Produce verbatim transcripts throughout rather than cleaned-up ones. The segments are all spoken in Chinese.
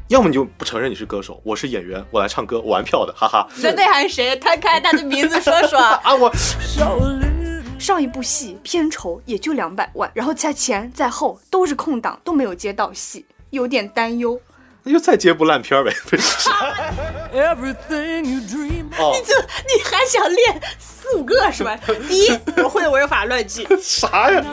要么你就不承认你是歌手，我是演员，我来唱歌，我玩票的，哈哈。 这内涵谁？摊开他的名字说说啊！我上一部戏片酬也就两百万，然后在前在后都是空档，都没有接到戏，有点担忧。 那就再接部烂片呗。 哦、你这你还想练四五个是吧？第一，我会违法乱纪。 啥呀？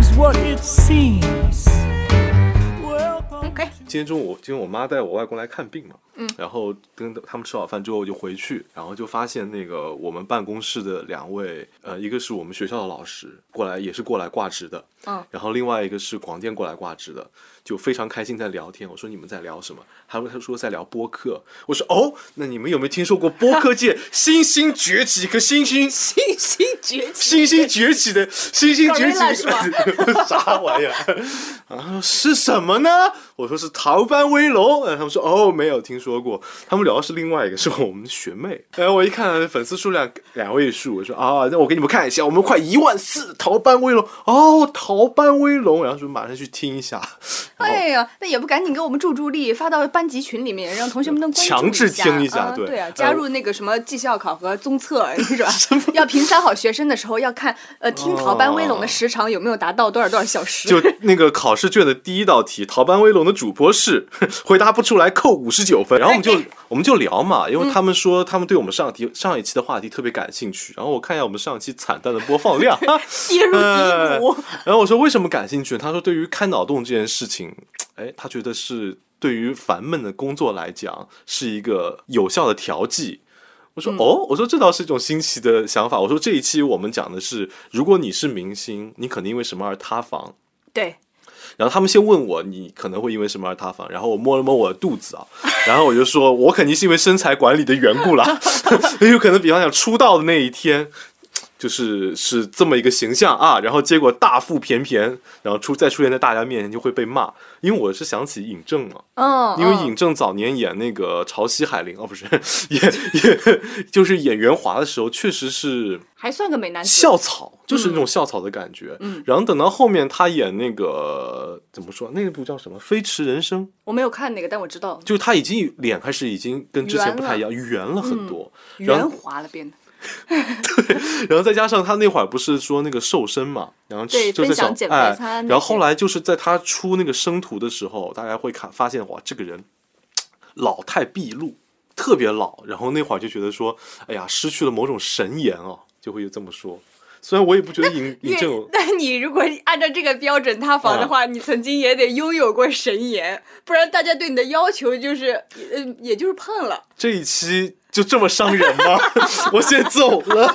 OK。 今天中午，今天我妈带我外公来看病嘛， 嗯， 然后跟他们吃好饭之后我就回去，然后就发现那个我们办公室的两位，呃，一个是我们学校的老师过来，也是过来挂职的， 嗯， 然后另外一个是广电过来挂职的，就非常开心在聊天。我说你们在聊什么？他他说在聊播客。我说哦，那你们有没有听说过播客界新兴崛起和新兴新兴崛起新兴崛起的新兴崛起啥玩意儿？啊，是什么呢？我说是逃班威龙，他们说哦没有听说过，他们聊的是另外一个，是我们的学妹。然后我一看粉丝数量两位数，我说啊，那我给你们看一下，我们快一万四，逃班威龙哦，逃班威龙，然后说马上去听一下。 哎呀，那也不赶紧给我们助助力，发到班级群里面，让同学们能关注一下， 强制听一下， 啊对对啊，加入那个什么绩效考核综测是吧？要评三好学生的时候，要看呃听逃班威龙的时长有没有达到多少多少小时。 就那个考试卷的第一道题，逃班威龙的主播是回答不出来扣五十九分，然后我们就我们就聊嘛，因为他们说他们对我们上题上一期的话题特别感兴趣，然后我看一下我们上一期惨淡的播放量， 跌入低谷、呃。 然后我说为什么感兴趣？他说对于开脑洞这件事情，哎，他觉得是对于烦闷的工作来讲是一个有效的调剂。我说、嗯、哦，我说这倒是一种新奇的想法。我说这一期我们讲的是，如果你是明星，你可能因为什么而塌房？ 对。 然后他们先问我你可能会因为什么而塌房，然后我摸了摸我的肚子啊，然后我就说我肯定是因为身材管理的缘故啦，有可能比方讲出道的那一天。就是是这么一个形象啊，然后结果大腹便便，然后出再出现在大家面前就会被骂，因为我是想起尹正嘛， 嗯， 因为尹正早年演那个潮汐海玲哦，不是演演就是演袁华的时候，确实是还算个美男子， 校草，就是那种校草的感觉。 嗯， 然后等到后面他演那个怎么说，那部叫什么《飞驰人生》， 我没有看那个，但我知道， 就是他已经脸开始已经跟之前不太一样，圆了很多， 嗯、圆滑了变得。 对，然后再加上他那会儿不是说那个瘦身嘛，然后就在讲减肥餐、 哎，然后后来就是在他出那个生图的时候，大家会看发现哇，这个人老态毕露，特别老，然后那会儿就觉得说，哎呀，失去了某种神颜哦，就会这么说。虽然我也不觉得尹尹正， 但你如果按照这个标准塌房的话、嗯，你曾经也得拥有过神颜，不然大家对你的要求就是，呃，也就是胖了。 这一期就这么伤人吗？我先走了。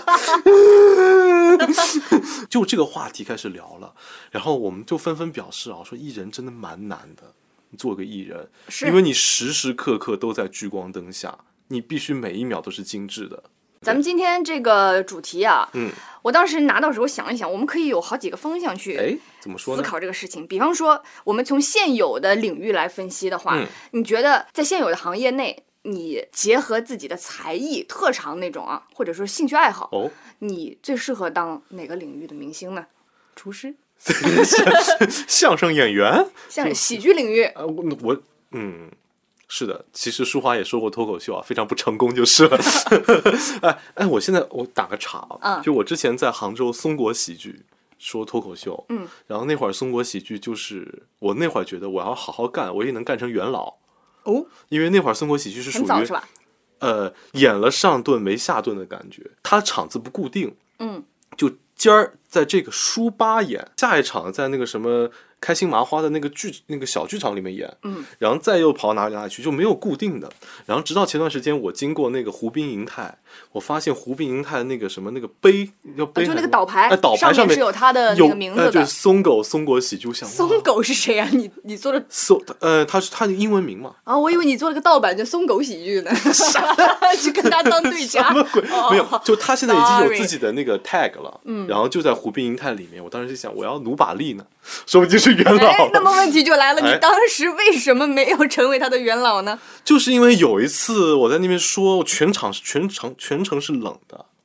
就这个话题开始聊了，然后我们就纷纷表示啊，说艺人真的蛮难的，做个艺人，因为你时时刻刻都在聚光灯下，你必须每一秒都是精致的。 咱们今天这个主题啊， 嗯， 我当时拿到时候想一想，我们可以有好几个方向去， 哎，怎么说呢？ 思考这个事情。比方说，我们从现有的领域来分析的话， 嗯、 你觉得在现有的行业内，你结合自己的才艺、特长那种啊，或者说兴趣爱好， 哦， 你最适合当哪个领域的明星呢？厨师、 相声演员、 像喜剧领域。 啊，我我嗯。是的，其实舒华也说过脱口秀啊，非常不成功就是了。哎哎，我现在我打个岔啊、 嗯， 就我之前在杭州松果喜剧说脱口秀， 嗯， 然后那会儿松果喜剧就是我那会儿觉得我要好好干，我也能干成元老哦， 因为那会儿松果喜剧是属于很早是吧？ 呃，演了上顿没下顿的感觉，他场子不固定， 嗯， 就今儿在这个书吧演，下一场在那个什么。开心麻花的那个剧那个小剧场里面演， 嗯， 然后再又跑哪里哪里去，就没有固定的。然后直到前段时间，我经过那个湖滨银泰，我发现湖滨银泰的那个什么那个碑，要碑、 啊、就那个倒牌， 哎，倒牌上面是有他的那个名字的。 哎、就是松狗松果喜剧想松狗是谁啊？你你做的松呃，他是他的英文名嘛？ 啊，我以为你做了个盗版叫松狗喜剧呢，去跟他当对家。 什么鬼？ 哦、 没有，就他现在已经有自己的那个 tag 了， 嗯， 然后就在湖滨银泰里面。我当时就想，我要努把力呢，说不定是元老。 哎，那么问题就来了，你当时为什么没有成为他的元老呢？ 就是因为有一次我在那边说，全场全场全程是冷的，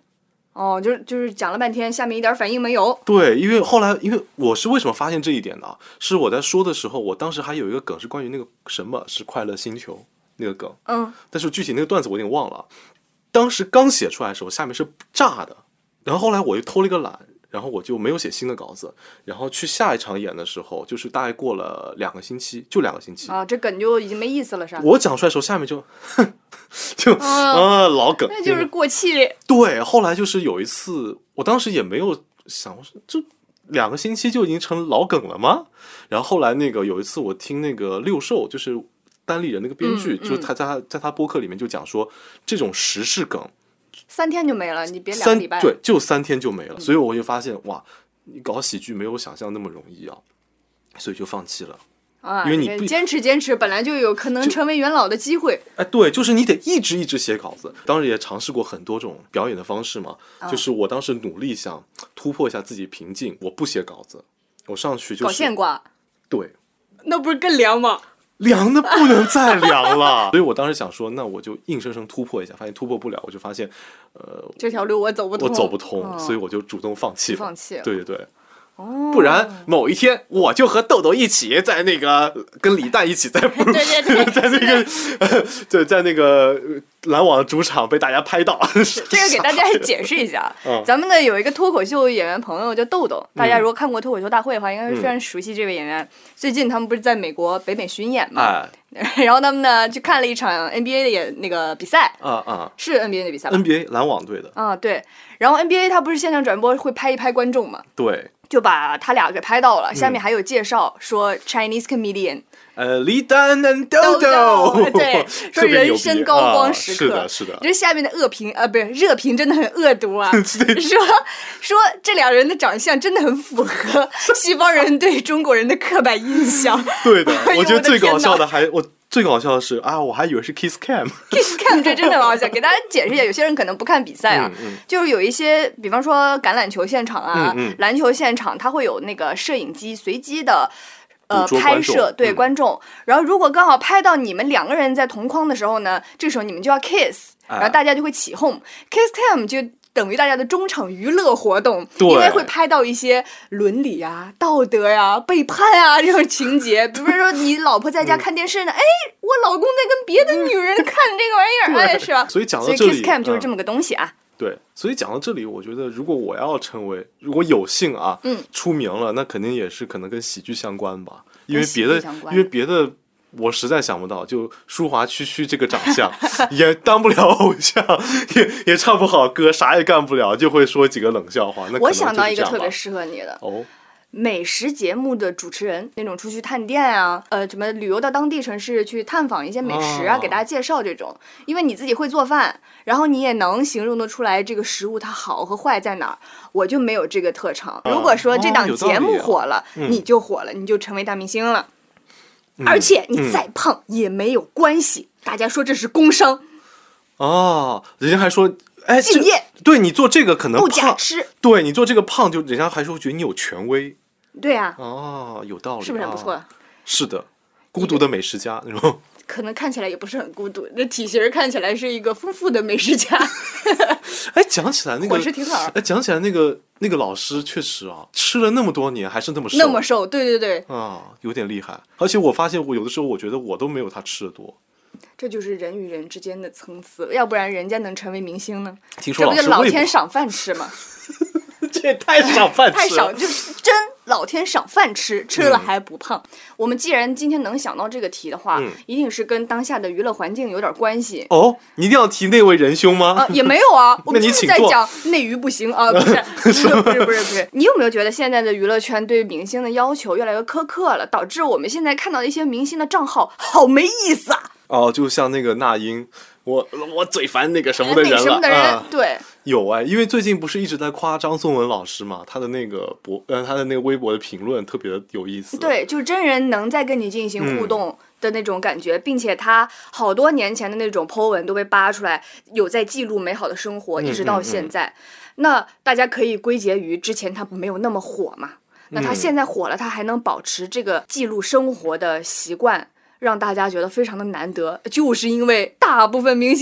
哦，就是就是讲了半天，下面一点反应没有。 对，因为后来，因为我是为什么发现这一点呢？是我在说的时候，我当时还有一个梗是关于那个什么是快乐星球那个梗， 嗯， 但是具体那个段子我有点忘了。当时刚写出来的时候，下面是炸的，然后后来我又偷了一个懒，然后我就没有写新的稿子，然后去下一场演的时候，就是大概过了两个星期，就两个星期啊，这梗就已经没意思了，是吧？ 我讲出来的时候，下面就就啊、呃、老梗， 那就是过气了。 对，后来就是有一次，我当时也没有想，就两个星期就已经成老梗了吗？然后后来那个有一次，我听那个六兽，就是单立人那个编剧， 嗯嗯、 就他在他在他播客里面就讲说，这种时事梗三天就没了，你别两个礼拜， 对，就三天就没了。嗯、所以我就发现，哇，你搞喜剧没有想象那么容易啊，所以就放弃了。 啊， 因为你坚持坚持，本来就有可能成为元老的机会。 哎，对，就是你得一直一直写稿子。当时也尝试过很多种表演的方式嘛，啊、就是我当时努力想突破一下自己瓶颈，我不写稿子，我上去就是搞现挂。 对， 那不是更凉吗？ 凉的不能再凉了。所以我当时想说，那我就硬生生突破一下，发现突破不了，我就发现，呃， 这条路我走不通， 我走不通， 嗯、 所以我就主动放弃了。 放弃了。 对对对。不然某一天我就和豆豆一起在那个跟李诞一起在对对对在那个呃对在那个篮网主场被大家拍到。 这个给大家解释一下， 嗯、 咱们的有一个脱口秀演员朋友叫豆豆，大家如果看过脱口秀大会的话，应该是非常熟悉这位演员。嗯、最近他们不是在美国北美巡演嘛？ 哎然后他们呢去看了一场 N B A 的演那个比赛， 啊啊， 是 N B A 的比赛吧 ？N B A 篮网队的啊，对。然后 N B A 它不是现场转播会拍一拍观众嘛？ 对， 就把他俩给拍到了。下面还有介绍说 Chinese comedian， 呃，李诞和豆豆， 对，说人生高光时刻， 啊、是的，是的。 这下面的恶评啊，不是热评，真的很恶毒啊，说说这俩人的长相真的很符合西方人对中国人的刻板印象。 对的，我觉得最搞笑的还我。最搞笑的是啊，我还以为是 Kiss Cam。Kiss Cam 这真的很好笑，给大家解释一下，有些人可能不看比赛啊， 嗯嗯、 就是有一些，比方说橄榄球现场啊、 嗯嗯、 篮球现场，它会有那个摄影机随机的呃拍摄对、嗯、观众，然后如果刚好拍到你们两个人在同框的时候呢，这时候你们就要 kiss， 然后大家就会起哄。哎、Kiss Cam 就等于大家的中场娱乐活动，因为会拍到一些伦理啊、道德呀、啊、背叛啊这种情节。比如说你老婆在家看电视呢，哎、嗯，我老公在跟别的女人看这个玩意儿，哎，是吧？ 所以讲到这里， 所以 Kiss Cam 就是这么个东西啊。 嗯、对，所以讲到这里，我觉得如果我要成为，如果有幸啊， 嗯， 出名了，那肯定也是可能跟喜剧相关吧，因为别的，因为别的。我实在想不到，就舒华区区这个长相，也当不了偶像，也也唱不好歌，啥也干不了，就会说几个冷笑话。那我想到一个特别适合你的哦， 美食节目的主持人，那种出去探店啊，呃，什么旅游到当地城市去探访一些美食啊，哦、给大家介绍这种。因为你自己会做饭，然后你也能形容得出来这个食物它好和坏在哪儿。我就没有这个特长。如果说这档节目火了， 哦啊、 你就火了，你就成为大明星了。而且你再胖也没有关系，嗯、大家说这是工伤。 哦，人家还说，哎， 敬业， 对你做这个可能不假吃， 对你做这个胖，就人家还说觉得你有权威。 对啊。 哦，有道理， 是不是很不错？啊、 是的，孤独的美食家那种。 可能看起来也不是很孤独，这体型看起来是一个丰富的美食家。 哎，讲起来那个伙食挺好。 哎，讲起来那个那个老师确实啊，吃了那么多年还是那么瘦， 那么瘦，对对对， 啊，有点厉害。而且我发现我有的时候我觉得我都没有他吃的多。 这就是人与人之间的层次，要不然人家能成为明星呢？ 听说老师这不就老天赏饭吃吗？ 这也太赏饭吃了， 太赏就是真老天赏饭吃，吃了还不胖。嗯、我们既然今天能想到这个题的话， 嗯、 一定是跟当下的娱乐环境有点关系。 哦，你一定要提那位仁兄吗？ 啊，也没有啊，我们就是在讲内娱不行啊，不是，不是，不是，不是，不是。你有没有觉得现在的娱乐圈对明星的要求越来越苛刻了，导致我们现在看到的一些明星的账号好没意思啊？ 哦，就像那个那英。我我最烦那个什么的人了， 那什么的人，啊、对， 有哎，因为最近不是一直在夸张颂文老师嘛，他的那个博呃他的那个微博的评论特别的有意思， 对，就真人能在跟你进行互动的那种感觉，嗯、并且他好多年前的那种 po 文都被扒出来，有在记录美好的生活， 嗯、 一直到现在。嗯嗯嗯、那大家可以归结于之前他没有那么火嘛，那他现在火了，他还能保持这个记录生活的习惯。让大家觉得非常的难得，就是因为大部分明星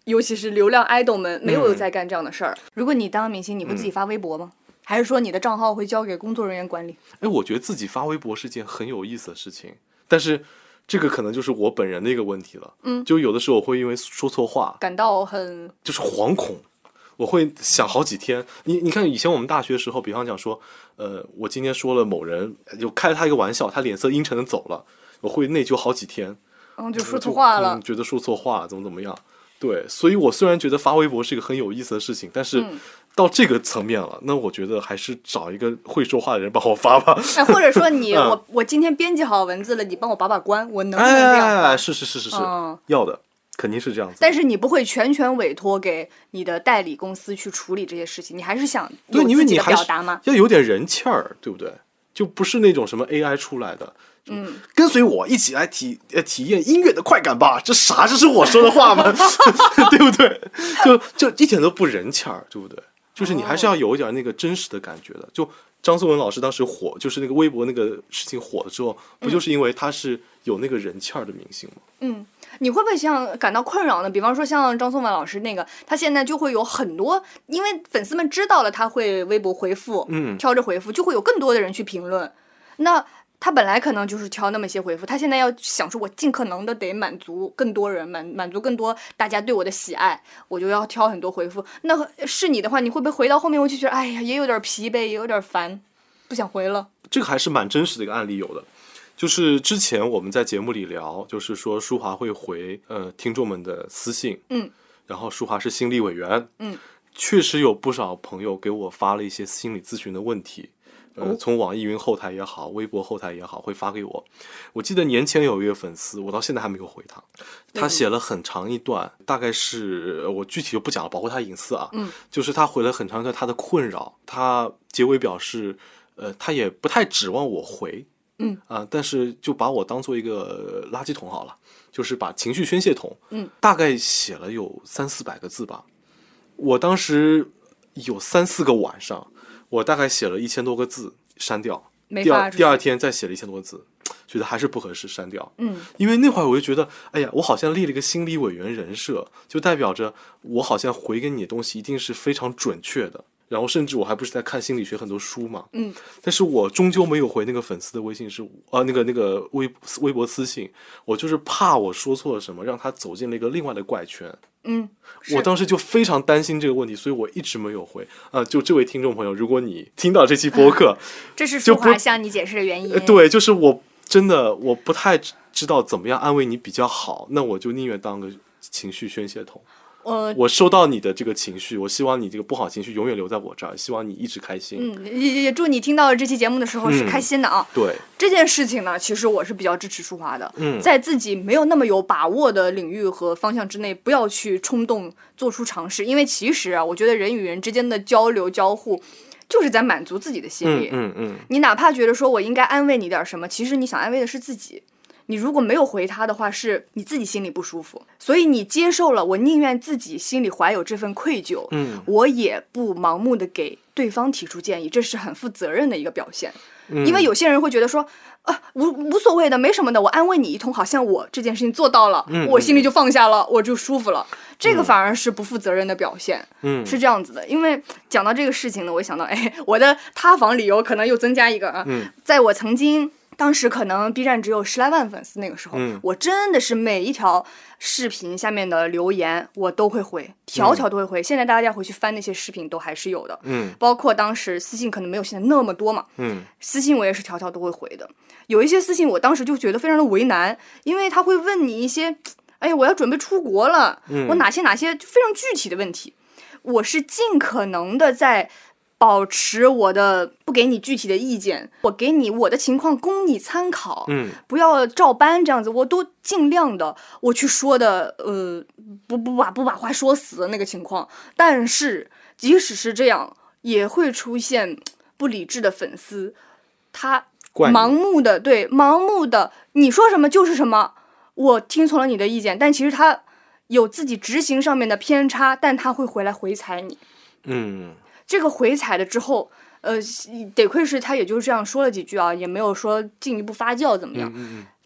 尤其是流量爱豆们没有在干这样的事儿、嗯。如果你当明星，你会自己发微博吗？嗯、还是说你的账号会交给工作人员管理？ 哎，我觉得自己发微博是件很有意思的事情，但是这个可能就是我本人的一个问题了。嗯，就有的时候我会因为说错话感到很就是惶恐。我会想好几天，你你看以前我们大学的时候，比方讲说，呃，我今天说了某人，就开了他一个玩笑，他脸色阴沉的走了，我会内疚好几天， 嗯，就说错话了， 嗯、觉得说错话了，怎么怎么样，对，所以我虽然觉得发微博是一个很有意思的事情，但是到这个层面了，嗯、那我觉得还是找一个会说话的人帮我发吧。 哎，或者说你、嗯、我我今天编辑好文字了，你帮我把把关，我能不能这样发？ 哎，是是是是是、嗯，要的。肯定是这样子， 但是你不会全权委托给你的代理公司去处理这些事情，你还是想有自己的表达吗？ 要有点人气儿，对不对？就不是那种什么 A I 出来的，嗯，跟随我一起来体呃体验音乐的快感吧，这啥？这是我说的话吗？对不对？就就一点都不人气儿，对不对？就是你还是要有一点那个真实的感觉的。就张颂文老师当时火，就是那个微博那个事情火了之后，不就是因为他是有那个人气儿的明星吗？ 嗯。你会不会像感到困扰呢？比方说像张颂文老师那个，他现在就会有很多，因为粉丝们知道了他会微博回复，嗯，挑着回复，就会有更多的人去评论。那他本来可能就是挑那么些回复，他现在要想说，我尽可能的得满足更多人，满满足更多大家对我的喜爱，我就要挑很多回复。那是你的话，你会不会回到后面，我就觉得，哎呀，也有点疲惫，也有点烦，不想回了。 这个还是蛮真实的一个案例，有的。就是之前我们在节目里聊，就是说舒华会回呃听众们的私信，嗯，然后舒华是心理委员，嗯，确实有不少朋友给我发了一些心理咨询的问题，呃，哦、从网易云后台也好，微博后台也好，会发给我。我记得年前有一个粉丝，我到现在还没有回他，他写了很长一段，大概是我具体就不讲了，保护他隐私啊，嗯，就是他回了很长一段他的困扰，他结尾表示，呃，他也不太指望我回。嗯啊、呃，但是就把我当做一个垃圾桶好了，就是把情绪宣泄桶。嗯，大概写了有三四百个字吧。我当时有三四个晚上，我大概写了一千多个字，删掉。 没第二第二天再写了一千多个字，觉得还是不合适，删掉。嗯，因为那会儿我就觉得，哎呀，我好像立了一个心理委员人设，就代表着我好像回给你的东西一定是非常准确的。然后甚至我还不是在看心理学很多书嘛，嗯，但是我终究没有回那个粉丝的微信是，呃，那个那个微微博私信，我就是怕我说错了什么，让他走进了一个另外的怪圈，嗯，我当时就非常担心这个问题，所以我一直没有回。啊、呃，就这位听众朋友，如果你听到这期播客， 这是舒华向你解释的原因、 呃。对，就是我真的我不太知道怎么样安慰你比较好，那我就宁愿当个情绪宣泄筒。呃，我收到你的这个情绪，我希望你这个不好情绪永远留在我这儿，希望你一直开心。 嗯，也也祝你听到这期节目的时候是开心的啊。 嗯、对这件事情呢，其实我是比较支持舒华的。嗯，在自己没有那么有把握的领域和方向之内，不要去冲动做出尝试，因为其实啊，我觉得人与人之间的交流交互。就是在满足自己的心理。 嗯 嗯, 嗯， 你哪怕觉得说我应该安慰你点什么，其实你想安慰的是自己。你如果没有回他的话，是你自己心里不舒服，所以你接受了，我宁愿自己心里怀有这份愧疚，嗯，我也不盲目的给对方提出建议，这是很负责任的一个表现。嗯、因为有些人会觉得说，啊，无无所谓的，没什么的，我安慰你一通，好像我这件事情做到了，嗯、我心里就放下了，我就舒服了。这个反而是不负责任的表现，嗯，是这样子的。因为讲到这个事情呢，我想到，哎，我的塌房理由可能又增加一个啊，嗯、在我曾经。当时可能 B 站只有十来万粉丝，那个时候、嗯、我真的是每一条视频下面的留言我都会回，条条都会回、嗯、现在大家回去翻那些视频都还是有的，嗯，包括当时私信可能没有现在那么多嘛，嗯，私信我也是条条都会回的。有一些私信我当时就觉得非常的为难，因为他会问你一些，哎呀，我要准备出国了、嗯、我哪些哪些非常具体的问题，我是尽可能的在保持我的不给你具体的意见，我给你我的情况供你参考，嗯，不要照搬这样子，我都尽量的我去说的，呃，不不把不把话说死的那个情况。但是即使是这样，也会出现不理智的粉丝，他盲目的对盲目的你说什么就是什么，我听从了你的意见，但其实他有自己执行上面的偏差，但他会回来回踩你，嗯。这个回踩了之后，呃，得亏是他也就这样说了几句啊，也没有说进一步发酵怎么样。嗯嗯嗯，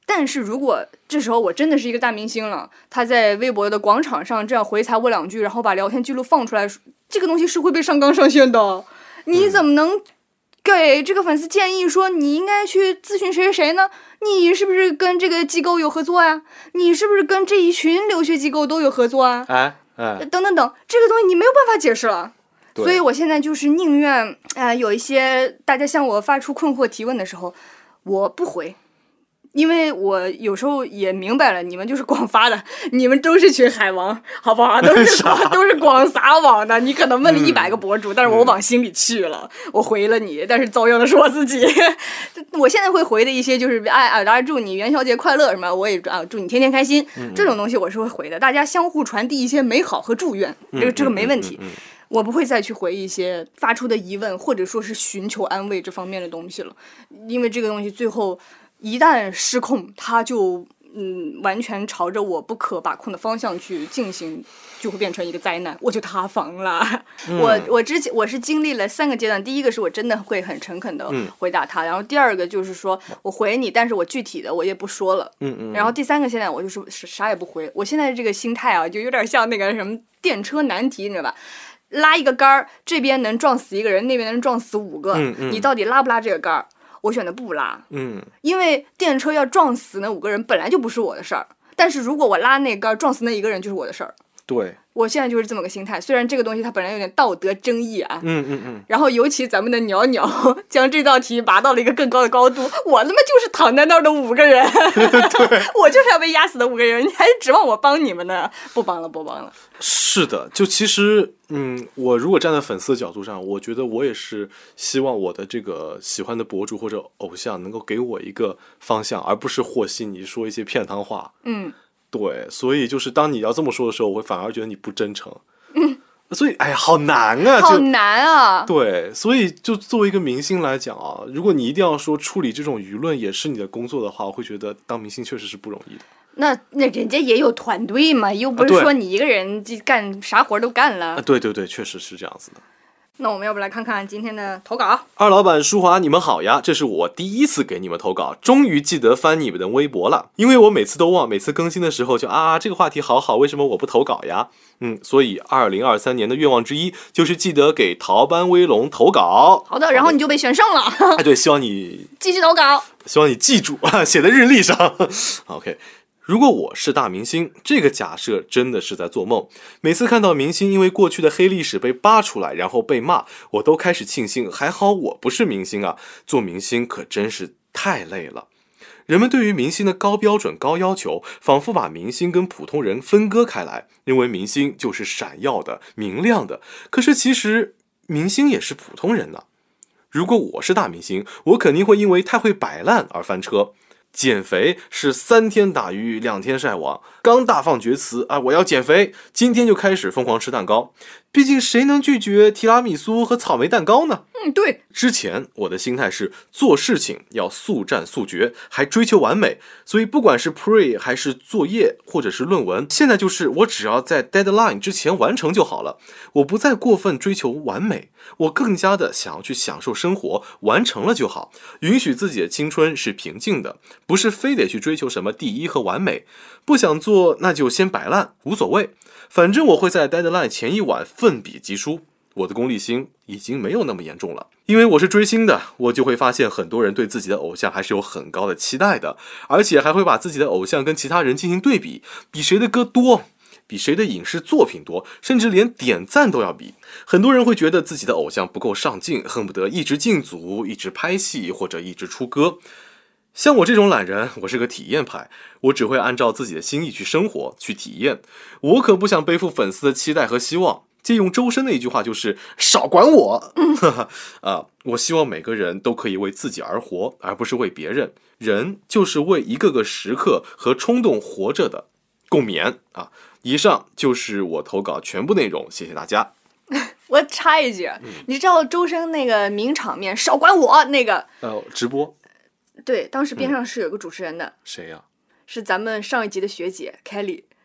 但是如果这时候我真的是一个大明星了，他在微博的广场上这样回踩我两句，然后把聊天记录放出来，这个东西是会被上纲上线的。你怎么能给这个粉丝建议说你应该去咨询谁谁谁呢？你是不是跟这个机构有合作呀？你是不是跟这一群留学机构都有合作啊？ 哎哎， 等等等，这个东西你没有办法解释了。所以我现在就是宁愿啊、呃，有一些大家向我发出困惑提问的时候，我不回。因为我有时候也明白了，你们就是广发的，你们都是群海王，好不好？都是广都是广撒网的。你可能问了一百个博主，嗯、但是我往心里去了，嗯、我回了你，但是遭殃的是我自己。我现在会回的一些就是哎啊，大家祝你元宵节快乐什么，我也啊祝你天天开心，嗯、这种东西我是会回的。大家相互传递一些美好和祝愿，这个这个没问题。嗯嗯嗯嗯我不会再去回一些发出的疑问，或者说是寻求安慰这方面的东西了，因为这个东西最后一旦失控，它就嗯完全朝着我不可把控的方向去进行，就会变成一个灾难，我就塌房了。嗯、我我之前我是经历了三个阶段，第一个是我真的会很诚恳的回答他，嗯、然后第二个就是说我回你，但是我具体的我也不说了，嗯嗯，然后第三个现在我就是啥也不回，我现在这个心态啊，就有点像那个什么电车难题，你知道吧？拉一个杆儿，这边能撞死一个人，那边能撞死五个，嗯嗯、你到底拉不拉这个杆儿？我选的不拉，嗯，因为电车要撞死那五个人本来就不是我的事儿，但是如果我拉那杆儿撞死那一个人就是我的事儿。 对， 我现在就是这么个心态。虽然这个东西它本来有点道德争议啊， 嗯嗯嗯， 然后尤其咱们的鸟鸟将这道题拔到了一个更高的高度，我他妈就是躺在那儿的五个人，对，我就是要被压死的五个人，你还指望我帮你们呢？不帮了，不帮了。 是的，就其实，嗯，我如果站在粉丝的角度上，我觉得我也是希望我的这个喜欢的博主或者偶像能够给我一个方向，而不是和稀泥说一些片汤话。嗯。对，所以就是当你要这么说的时候，我会反而觉得你不真诚。嗯，所以哎呀，好难啊， 好难啊。 对，所以就作为一个明星来讲啊，如果你一定要说处理这种舆论也是你的工作的话，我会觉得当明星确实是不容易的。 那那人家也有团队嘛，又不是说你一个人干啥活都干了。 啊，对对对，确实是这样子的。 那我们要不来看看今天的投稿？ 二老板舒华，你们好呀！这是我第一次给你们投稿，终于记得翻你们的微博了。因为我每次都忘，每次更新的时候就啊，这个话题好好，为什么我不投稿呀？嗯，所以二零二三年的愿望之一就是记得给逃班威龙投稿。 好的，然后你就被选上了。 哎，对，希望你继续投稿， 希望你记住啊，写在日历上。OK。如果我是大明星，这个假设真的是在做梦。每次看到明星因为过去的黑历史被扒出来，然后被骂，我都开始庆幸，还好我不是明星啊！做明星可真是太累了。人们对于明星的高标准、高要求，仿佛把明星跟普通人分割开来，认为明星就是闪耀的、明亮的。可是其实，明星也是普通人呢。如果我是大明星，我肯定会因为太会摆烂而翻车。减肥是三天打鱼两天晒网，刚大放厥词啊，我要减肥，今天就开始疯狂吃蛋糕。毕竟谁能拒绝提拉米苏和草莓蛋糕呢？ 嗯，对。 之前我的心态是做事情要速战速决，还追求完美，所以不管是 pre 还是作业或者是论文，现在就是我只要在 deadline 之前完成就好了。我不再过分追求完美，我更加的想要去享受生活，完成了就好，允许自己的青春是平静的，不是非得去追求什么第一和完美。不想做那就先摆烂，无所谓，反正我会在 deadline 前一晚奋笔疾书。我的功利心已经没有那么严重了，因为我是追星的，我就会发现很多人对自己的偶像还是有很高的期待的，而且还会把自己的偶像跟其他人进行对比，比谁的歌多，比谁的影视作品多，甚至连点赞都要比。很多人会觉得自己的偶像不够上进，恨不得一直进组，一直拍戏或者一直出歌。像我这种懒人，我是个体验派，我只会按照自己的心意去生活，去体验。我可不想背负粉丝的期待和希望。借用周深的一句话就是少管我、嗯、啊，我希望每个人都可以为自己而活，而不是为别人。人就是为一个个时刻和冲动活着的，共勉啊！以上就是我投稿全部内容，谢谢大家。 我插一句、嗯、你知道周深那个名场面少管我那个呃直播， 对，当时边上是有个主持人的、嗯、 谁呀、啊？ 是咱们上一集的学姐 Kelly。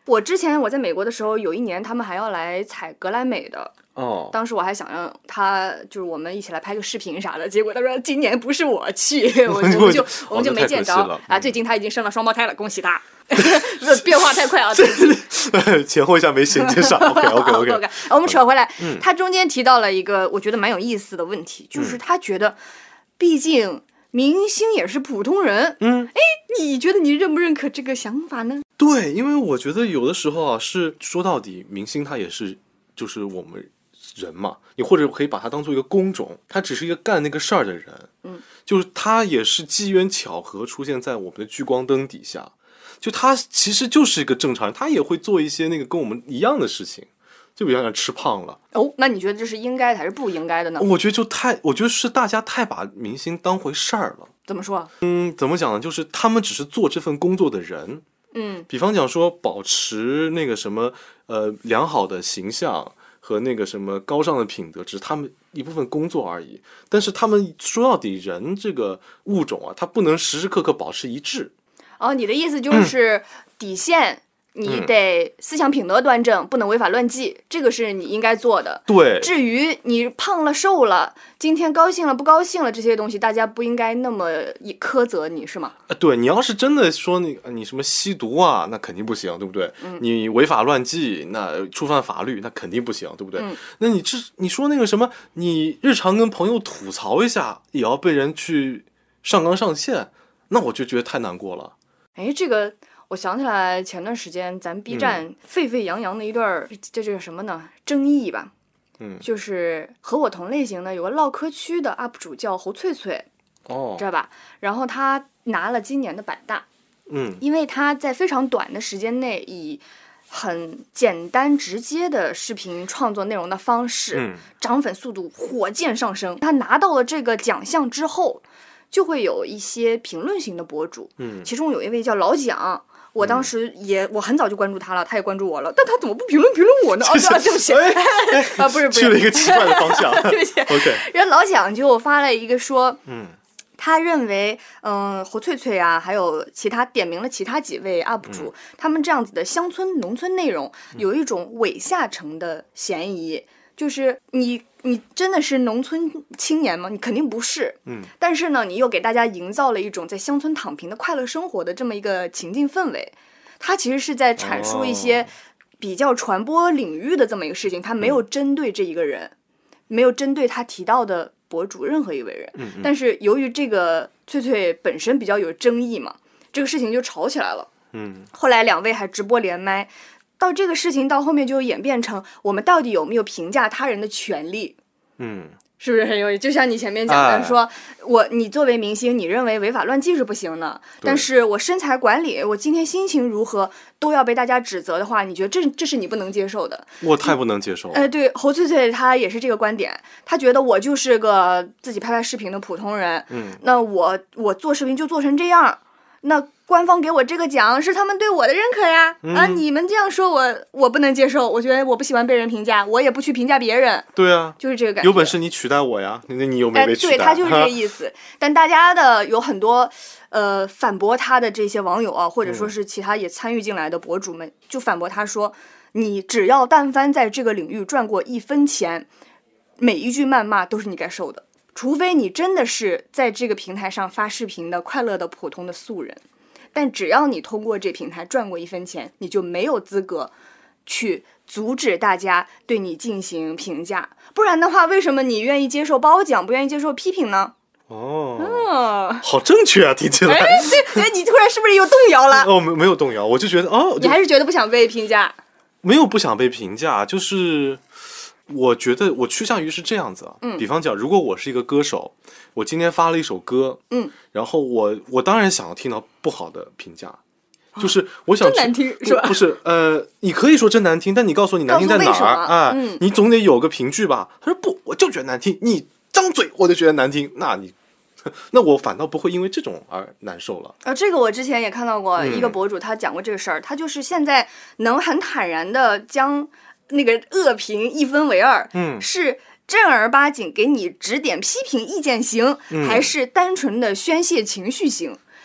我之前我在美国的时候，有一年他们还要来采格莱美的。 哦， 当时我还想让他就是我们一起来拍个视频啥的，结果他说今年不是我去，我我们就我们就没见着、 哦、 啊。最近他已经生了双胞胎了，恭喜他！变化太快啊！ 前后一下没衔接上。OK OK OK OK。 我们扯回来、 嗯， 他中间提到了一个我觉得蛮有意思的问题，就是他觉得，毕竟明星也是普通人。 嗯， 哎，你觉得你认不认可这个想法呢？ 对，因为我觉得有的时候啊，是说到底，明星他也是就是我们人嘛，你或者可以把他当做一个工种，他只是一个干那个事儿的人。 嗯， 就是他也是机缘巧合出现在我们的聚光灯底下。就他其实就是一个正常人，他也会做一些那个跟我们一样的事情，就比方讲吃胖了。 哦，那你觉得这是应该的还是不应该的呢？ 我觉得就太，我觉得是大家太把明星当回事儿了。 怎么说？ 嗯，怎么讲呢？就是他们只是做这份工作的人。 嗯， 比方讲说保持那个什么呃良好的形象和那个什么高尚的品德，只是他们一部分工作而已。但是他们说到底，人这个物种啊，它不能时时刻刻保持一致。 哦，你的意思就是底线、嗯、你得思想品德端正，不能违法乱纪，这个是你应该做的。 对。 至于你胖了瘦了，今天高兴了不高兴了，这些东西大家不应该那么苛责你，是吗？ 对，你要是真的说你你什么吸毒啊，那肯定不行，对不对？ 嗯、 你违法乱纪，那触犯法律，那肯定不行，对不对？ 嗯、 那你这你说那个什么，你日常跟朋友吐槽一下，也要被人去上纲上线，那我就觉得太难过了。 哎，这个我想起来，前段时间咱 B 站沸沸扬扬的一段，嗯、这这个什么呢？争议吧。 嗯， 就是和我同类型的有个唠嗑区的 U P 主叫侯翠翠， 哦， 知道吧？然后他拿了今年的百大， 嗯， 因为他在非常短的时间内以很简单直接的视频创作内容的方式， 嗯， 涨粉速度火箭上升。他拿到了这个奖项之后，就会有一些评论型的博主， 嗯， 其中有一位叫老蒋。我当时也、嗯，我很早就关注他了，他也关注我了，但他怎么不评论评论我呢？啊，对不起，啊，不是不是， 去了一个奇怪的方向， 对不起。 OK， 人老蒋就发了一个说， 嗯， 他认为，嗯、呃，侯翠翠啊，还有其他点名了其他几位 U P 主、嗯，他们这样子的乡村农村内容，有一种伪下沉的嫌疑。嗯，就是你，你真的是农村青年吗？你肯定不是。 嗯， 但是呢，你又给大家营造了一种在乡村躺平的快乐生活的这么一个情境氛围。他其实是在阐述一些比较传播领域的这么一个事情，他没有针对这一个人，嗯、没有针对他提到的博主任何一位人。 嗯嗯， 但是由于这个翠翠本身比较有争议嘛，这个事情就吵起来了。 嗯， 后来两位还直播连麦。到这个事情到后面就演变成我们到底有没有评价他人的权利？ 嗯， 是不是很有意思？就像你前面讲的，哎、说我你作为明星，你认为违法乱纪是不行的，但是我身材管理，我今天心情如何都要被大家指责的话，你觉得这这是你不能接受的？ 我太不能接受了。 哎、呃，对，侯翠翠她也是这个观点，她觉得我就是个自己拍拍视频的普通人， 嗯， 那我我做视频就做成这样，那。官方给我这个奖是他们对我的认可呀、嗯、啊！你们这样说我我不能接受，我觉得我不喜欢被人评价，我也不去评价别人。 对啊， 就是这个感觉。 有本事你取代我呀，那你有没有被取代？ 哎、对，他就是这个意思。但大家的有很多呃反驳他的这些网友啊，或者说是其他也参与进来的博主们，嗯、就反驳他说：你只要但凡在这个领域赚过一分钱，每一句谩骂都是你该受的，除非你真的是在这个平台上发视频的快乐的普通的素人。但只要你通过这平台赚过一分钱，你就没有资格去阻止大家对你进行评价。不然的话，为什么你愿意接受褒奖，不愿意接受批评呢？ 哦， 嗯， 好正确啊，听起来。 哎，对，哎，你突然是不是又动摇了？ 哦，没没有动摇，我就觉得哦， 你还是觉得不想被评价？ 没有不想被评价，就是我觉得我趋向于是这样子啊。 嗯， 比方讲，如果我是一个歌手，我今天发了一首歌， 嗯， 然后我我当然想要听到不好的评价，就是我想真难听是吧？ 不是，呃，你可以说真难听，但你告诉我你难听在哪儿啊、 嗯？ 你总得有个凭据吧？他说不，我就觉得难听，你张嘴我就觉得难听，那你。那我反倒不会因为这种而难受了啊！这个我之前也看到过一个博主，他讲过这个事儿、嗯。他就是现在能很坦然的将那个恶评一分为二， 嗯， 是正儿八经给你指点批评意见型、嗯，还是单纯的宣泄情绪型？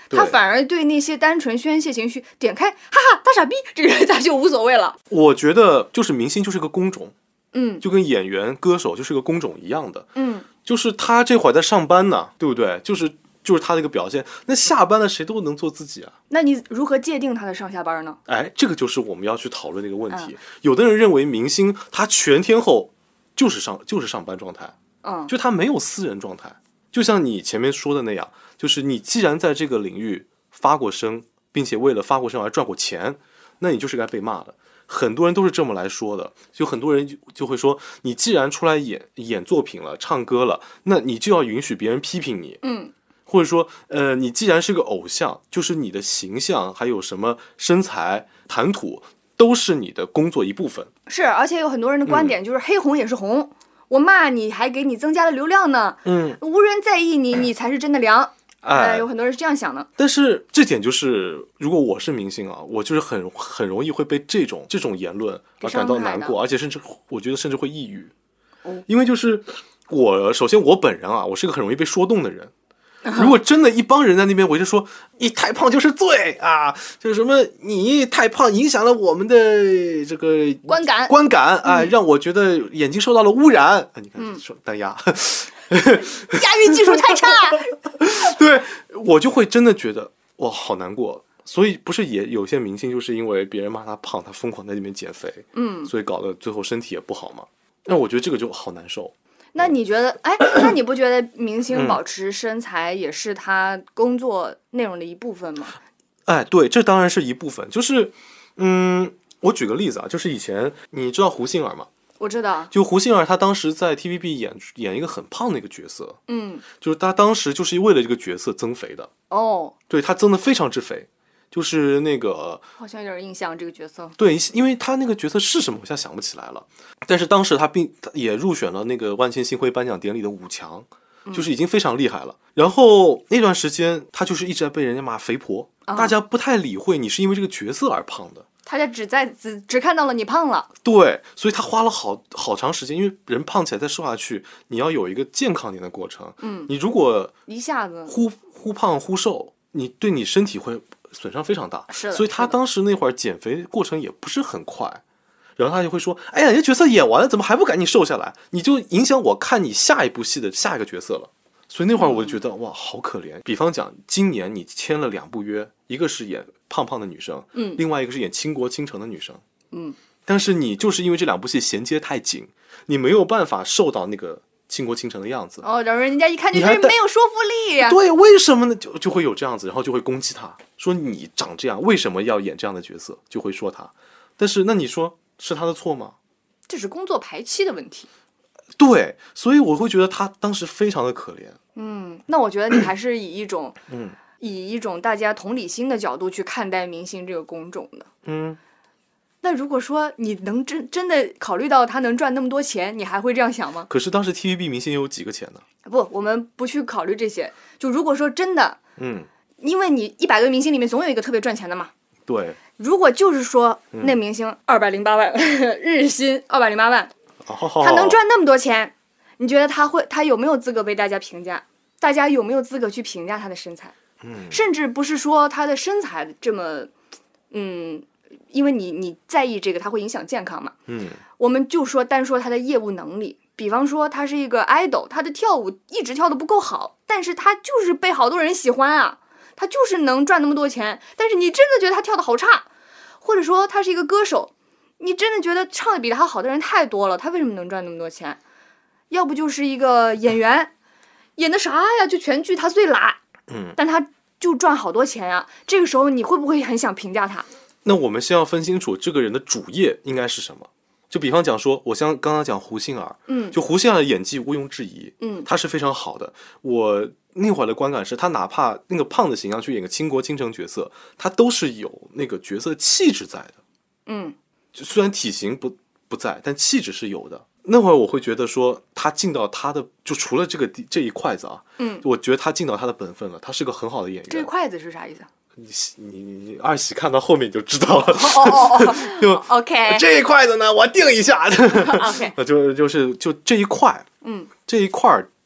他反而对那些单纯宣泄情绪点开哈哈大傻逼这个他就无所谓了。 我觉得就是明星就是个工种， 嗯， 就跟演员歌手就是个工种一样的， 嗯， 就是他这会儿在上班呢，对不对？就是就是他的一个表现。那下班了谁都能做自己啊。 那你如何界定他的上下班呢？ 哎，这个就是我们要去讨论的一个问题。 嗯、 有的人认为明星他全天候就是上就是上班状态， 嗯， 就他没有私人状态。就像你前面说的那样，就是你既然在这个领域发过声，并且为了发过声而赚过钱，那你就是该被骂的。很多人都是这么来说的，就很多人就就会说，你既然出来演演作品了，唱歌了，那你就要允许别人批评你， 嗯， 或者说，呃，你既然是个偶像，就是你的形象还有什么身材、谈吐，都是你的工作一部分。 是，而且有很多人的观点就是黑红也是红。嗯，我骂你还给你增加了流量呢， 嗯， 无人在意你，你才是真的凉。 哎， 有很多人是这样想的。 但是这点就是，如果我是明星啊，我就是很很容易会被这种这种言论而感到难过，而且甚至我觉得甚至会抑郁。 哦， 因为就是我首先我本人啊，我是个很容易被说动的人。如果真的一帮人在那边围着说你太胖就是罪啊，就是什么你太胖影响了我们的这个观感观感啊、呃嗯，让我觉得眼睛受到了污染啊！你看，说单押， 押韵技术太差， 对我就会真的觉得哇好难过。所以不是也有些明星就是因为别人骂他胖，他疯狂在那边减肥，嗯，所以搞得最后身体也不好嘛。那我觉得这个就好难受。 那你觉得，哎，那你不觉得明星保持身材也是他工作内容的一部分吗？ 哎，对，这当然是一部分。就是，嗯，我举个例子啊，就是以前你知道胡杏儿吗？ 我知道。就胡杏儿，她当时在 T V B 演演一个很胖的一个角色， 嗯， 就是她当时就是为了这个角色增肥的。 哦， 对，她增得非常之肥。就是那个好像有点印象这个角色， 对，因为他那个角色是什么我现在想不起来了，但是当时他并也入选了那个万千星辉颁奖典礼的五强，就是已经非常厉害了。然后那段时间他就是一直在被人家骂肥婆，哦，大家不太理会你是因为这个角色而胖的， 大家只在只只看到了你胖了。 对，所以他花了好好长时间，因为人胖起来再瘦下去你要有一个健康点的过程，嗯，你如果一下子忽忽胖忽瘦，你对你身体会损伤非常大， 是的， 所以他当时那会儿减肥过程也不是很快，然后他就会说：“哎呀，你这角色演完了，怎么还不赶紧瘦下来？你就影响我看你下一部戏的下一个角色了。”所以那会儿我就觉得、嗯、哇，好可怜。比方讲，今年你签了两部约，一个是演胖胖的女生，嗯，另外一个是演倾国倾城的女生， 嗯， 但是你就是因为这两部戏衔接太紧，你没有办法瘦到那个倾国倾城的样子， 哦，然后人家一看就是没有说服力呀、啊。 对，为什么呢？就就会有这样子，然后就会攻击他，说你长这样，为什么要演这样的角色？就会说他。但是那你说是他的错吗？ 这是工作排期的问题。 对，所以我会觉得他当时非常的可怜。 嗯，那我觉得你还是以一种嗯，以一种大家同理心的角度去看待明星这个工种的。 嗯。 那如果说你能真真的考虑到他能赚那么多钱，你还会这样想吗？ 可是当时 T V B 明星有几个钱呢？ 不，我们不去考虑这些。就如果说真的， 嗯， 因为你一百个明星里面总有一个特别赚钱的嘛。 对。 如果就是说、嗯、那明星二百零八万日薪二百零八万、 哦， 他能赚那么多钱，你觉得他会他有没有资格被大家评价？大家有没有资格去评价他的身材？ 嗯， 甚至不是说他的身材这么，嗯。因为你你在意这个，它会影响健康嘛。 嗯， 我们就说单说他的业务能力，比方说他是一个 idol， 他的跳舞一直跳得不够好，但是他就是被好多人喜欢啊，他就是能赚那么多钱。但是你真的觉得他跳得好差，或者说他是一个歌手，你真的觉得唱的比他好的人太多了，他为什么能赚那么多钱？要不就是一个演员，演的啥呀？就全剧他最拉， 嗯， 但他就赚好多钱呀。这个时候你会不会很想评价他？ 那我们先要分清楚这个人的主业应该是什么。就比方讲说，我像刚刚讲胡杏儿， 嗯， 就胡杏儿的演技毋庸置疑， 嗯， 她是非常好的。我那会儿的观感是，她哪怕那个胖的形象去演个倾国倾城角色，她都是有那个角色气质在的， 嗯， 就虽然体型不不在，但气质是有的。那会儿我会觉得说，他尽到他的，就除了这个这一筷子啊， 嗯， 我觉得他尽到他的本分了，他是个很好的演员。 这一筷子是啥意思？ 你你你二喜看到后面你就知道了。 哦哦哦， 就 OK， 这一筷子呢，我定一下。 OK， 就就是就这一块， 嗯， 这一块他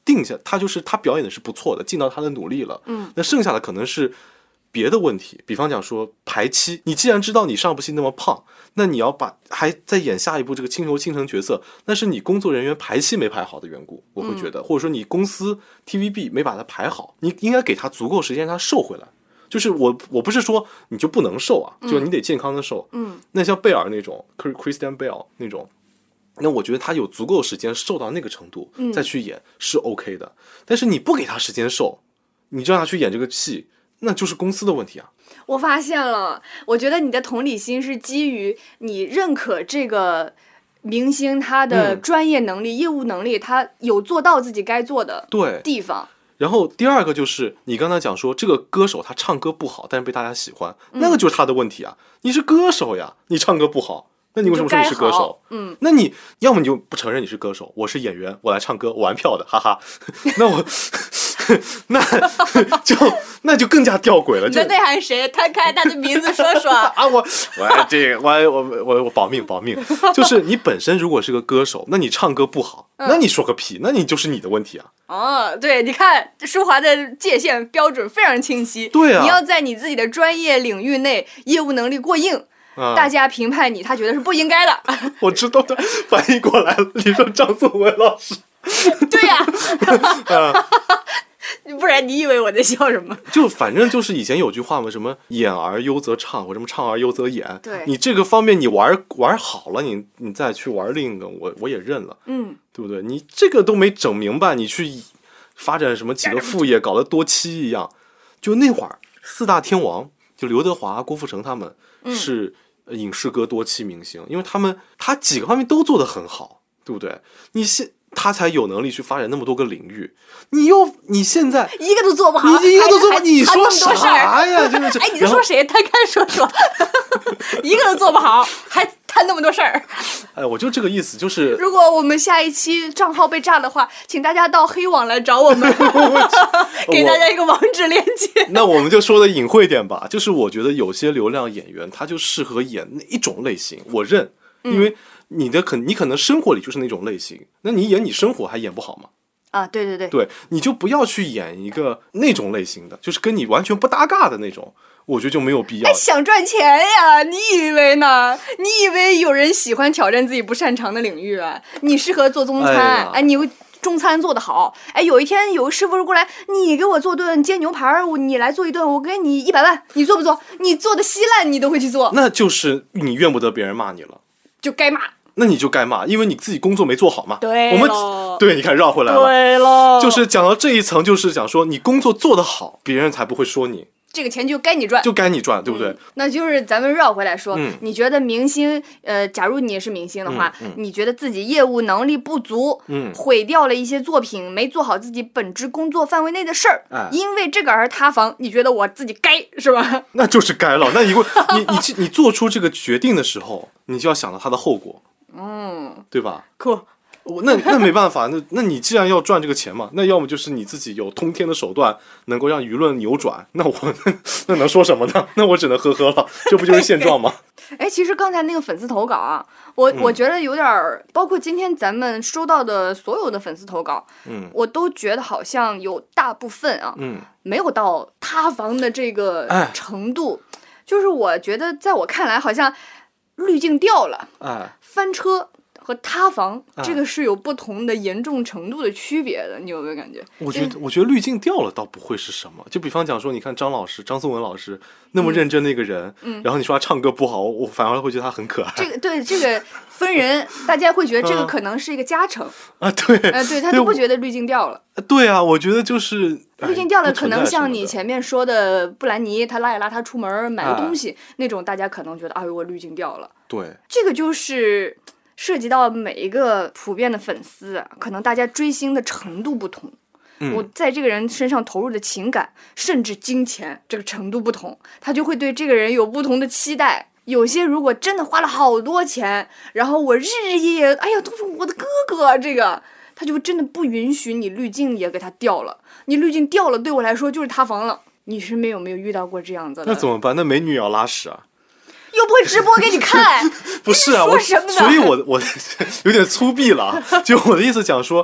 定下，他就是他表演的是不错的，尽到他的努力了。 嗯， 那剩下的可能是别的问题，比方讲说排期，你既然知道你上部戏那么胖，那你要把还在演下一部这个青牛倾城角色，那是你工作人员排期没排好的缘故，我会觉得，嗯、或者说你公司 T V B 没把它排好，你应该给他足够时间让他瘦回来。就是我我不是说你就不能瘦啊，嗯、就你得健康的瘦。 嗯， 那像贝尔那种 Christian Bale 那种。那我觉得他有足够的时间瘦到那个程度，嗯、再去演是 OK 的。但是你不给他时间瘦，你就让他去演这个戏，那就是公司的问题啊。 我发现了，我觉得你的同理心是基于你认可这个明星他的专业能力、嗯、业务能力，他有做到自己该做的地方。 然后第二个就是你刚才讲说这个歌手他唱歌不好，但是被大家喜欢，嗯、那个就是他的问题啊。你是歌手呀，你唱歌不好。那你为什么说你是歌手？ 嗯， 那你要么你就不承认你是歌手，我是演员，我来唱歌，我玩票的，哈哈。那我那就那就更加吊诡了。 你的内涵谁？摊开他的名字说说啊！我我这个我我我我保命保命，就是你本身如果是个歌手，那你唱歌不好，那你说个屁，那你就是你的问题啊。 哦，对，你看舒华的界限标准非常清晰。 对啊， 你要在你自己的专业领域内，业务能力过硬。嗯、大家评判你，他觉得是不应该的。 我知道的，反应过来了。你说张颂文老师， 对呀、啊，不然你以为我在笑什么？ 就反正就是以前有句话嘛，什么演而优则唱，或什么唱而优则演。 对， 你这个方面你玩玩好了，你你再去玩另一个，我我也认了。 嗯， 对不对？你这个都没整明白，你去发展什么几个副业，搞得多期一样。就那会儿四大天王，就刘德华、郭富城他们是。嗯影视歌多期明星，因为他们他几个方面都做得很好，对不对？你现他才有能力去发展那么多个领域，你又你现在一个都做不好， 你一个都做不好，你说啥呀？真的是， 哎，你在说谁？摊开说说，一个都做不好，还摊那么多事儿。 哎，我就这个意思，就是如果我们下一期账号被炸的话，请大家到黑网来找我们，给大家一个网址链接。 那我们就说的隐晦点吧，就是我觉得有些流量演员他就适合演那一种类型，我认，因为你的可你可能生活里就是那种类型，那你演你生活还演不好吗？ 啊，对对对， 对，你就不要去演一个那种类型的，就是跟你完全不搭嘎的那种。我觉得就没有必要。 哎，想赚钱呀？你以为呢？你以为有人喜欢挑战自己不擅长的领域啊？你适合做中餐，哎, 哎，你中餐做得好，哎，有一天有个师傅过来，你给我做顿煎牛排，你来做一顿，我给你一百万，你做不做？你做的稀烂，你都会去做。 那就是你怨不得别人骂你了， 就该骂。 那你就该骂，因为你自己工作没做好嘛。 对， 我们对，你看绕回来了。 对了， 就是讲到这一层，就是讲说你工作做得好，别人才不会说你。 这个钱就该你赚， 就该你赚，对不对？ 嗯、那就是咱们绕回来说，嗯、你觉得明星，呃，假如你也是明星的话， 嗯嗯、 你觉得自己业务能力不足， 嗯， 毁掉了一些作品，没做好自己本职工作范围内的事儿， 哎、 因为这个而塌房，你觉得我自己该是吧？ 那就是该了。那你你你你做出这个决定的时候，你就要想到它的后果， 嗯， 对吧？ 酷。 那那没办法，那那你既然要赚这个钱嘛，那要么就是你自己有通天的手段，能够让舆论扭转。那我那, 那能说什么呢？那我只能呵呵了，这不就是现状吗？ 哎，其实刚才那个粉丝投稿啊，我、嗯、我觉得有点，包括今天咱们收到的所有的粉丝投稿， 嗯， 我都觉得好像有大部分啊， 嗯， 没有到塌房的这个程度。 哎、 就是我觉得，在我看来，好像滤镜掉了， 哎， 翻车和塌房， 哎、 这个是有不同的严重程度的区别的，你有没有感觉？ 我觉得，我觉得滤镜掉了倒不会是什么。就比方讲说，你看张老师、张颂文老师那么认真的一个人， 嗯， 然后你说他唱歌不好，我反而会觉得他很可爱。 这个对这个分人，大家会觉得这个可能是一个加成啊，对， 呃，对他都不觉得滤镜掉了。 对啊，我觉得就是滤镜掉了，可能像你前面说的布兰妮，她拉一拉她出门买个东西、哎、那种，大家可能觉得哎呦我滤镜掉了。 对， 这个就是涉及到每一个普遍的粉丝，可能大家追星的程度不同、 嗯、 我在这个人身上投入的情感甚至金钱这个程度不同，他就会对这个人有不同的期待。有些如果真的花了好多钱，然后我日日夜夜哎呀都是我的哥哥，这个他就真的不允许你滤镜也给他掉了，你滤镜掉了对我来说就是塌房了。你身边有没有遇到过这样子的？ 那怎么办？那美女也要拉屎啊， 又不会直播给你看。 不是啊， 说什么呢？ 所以我我有点粗鄙了。就我的意思讲说，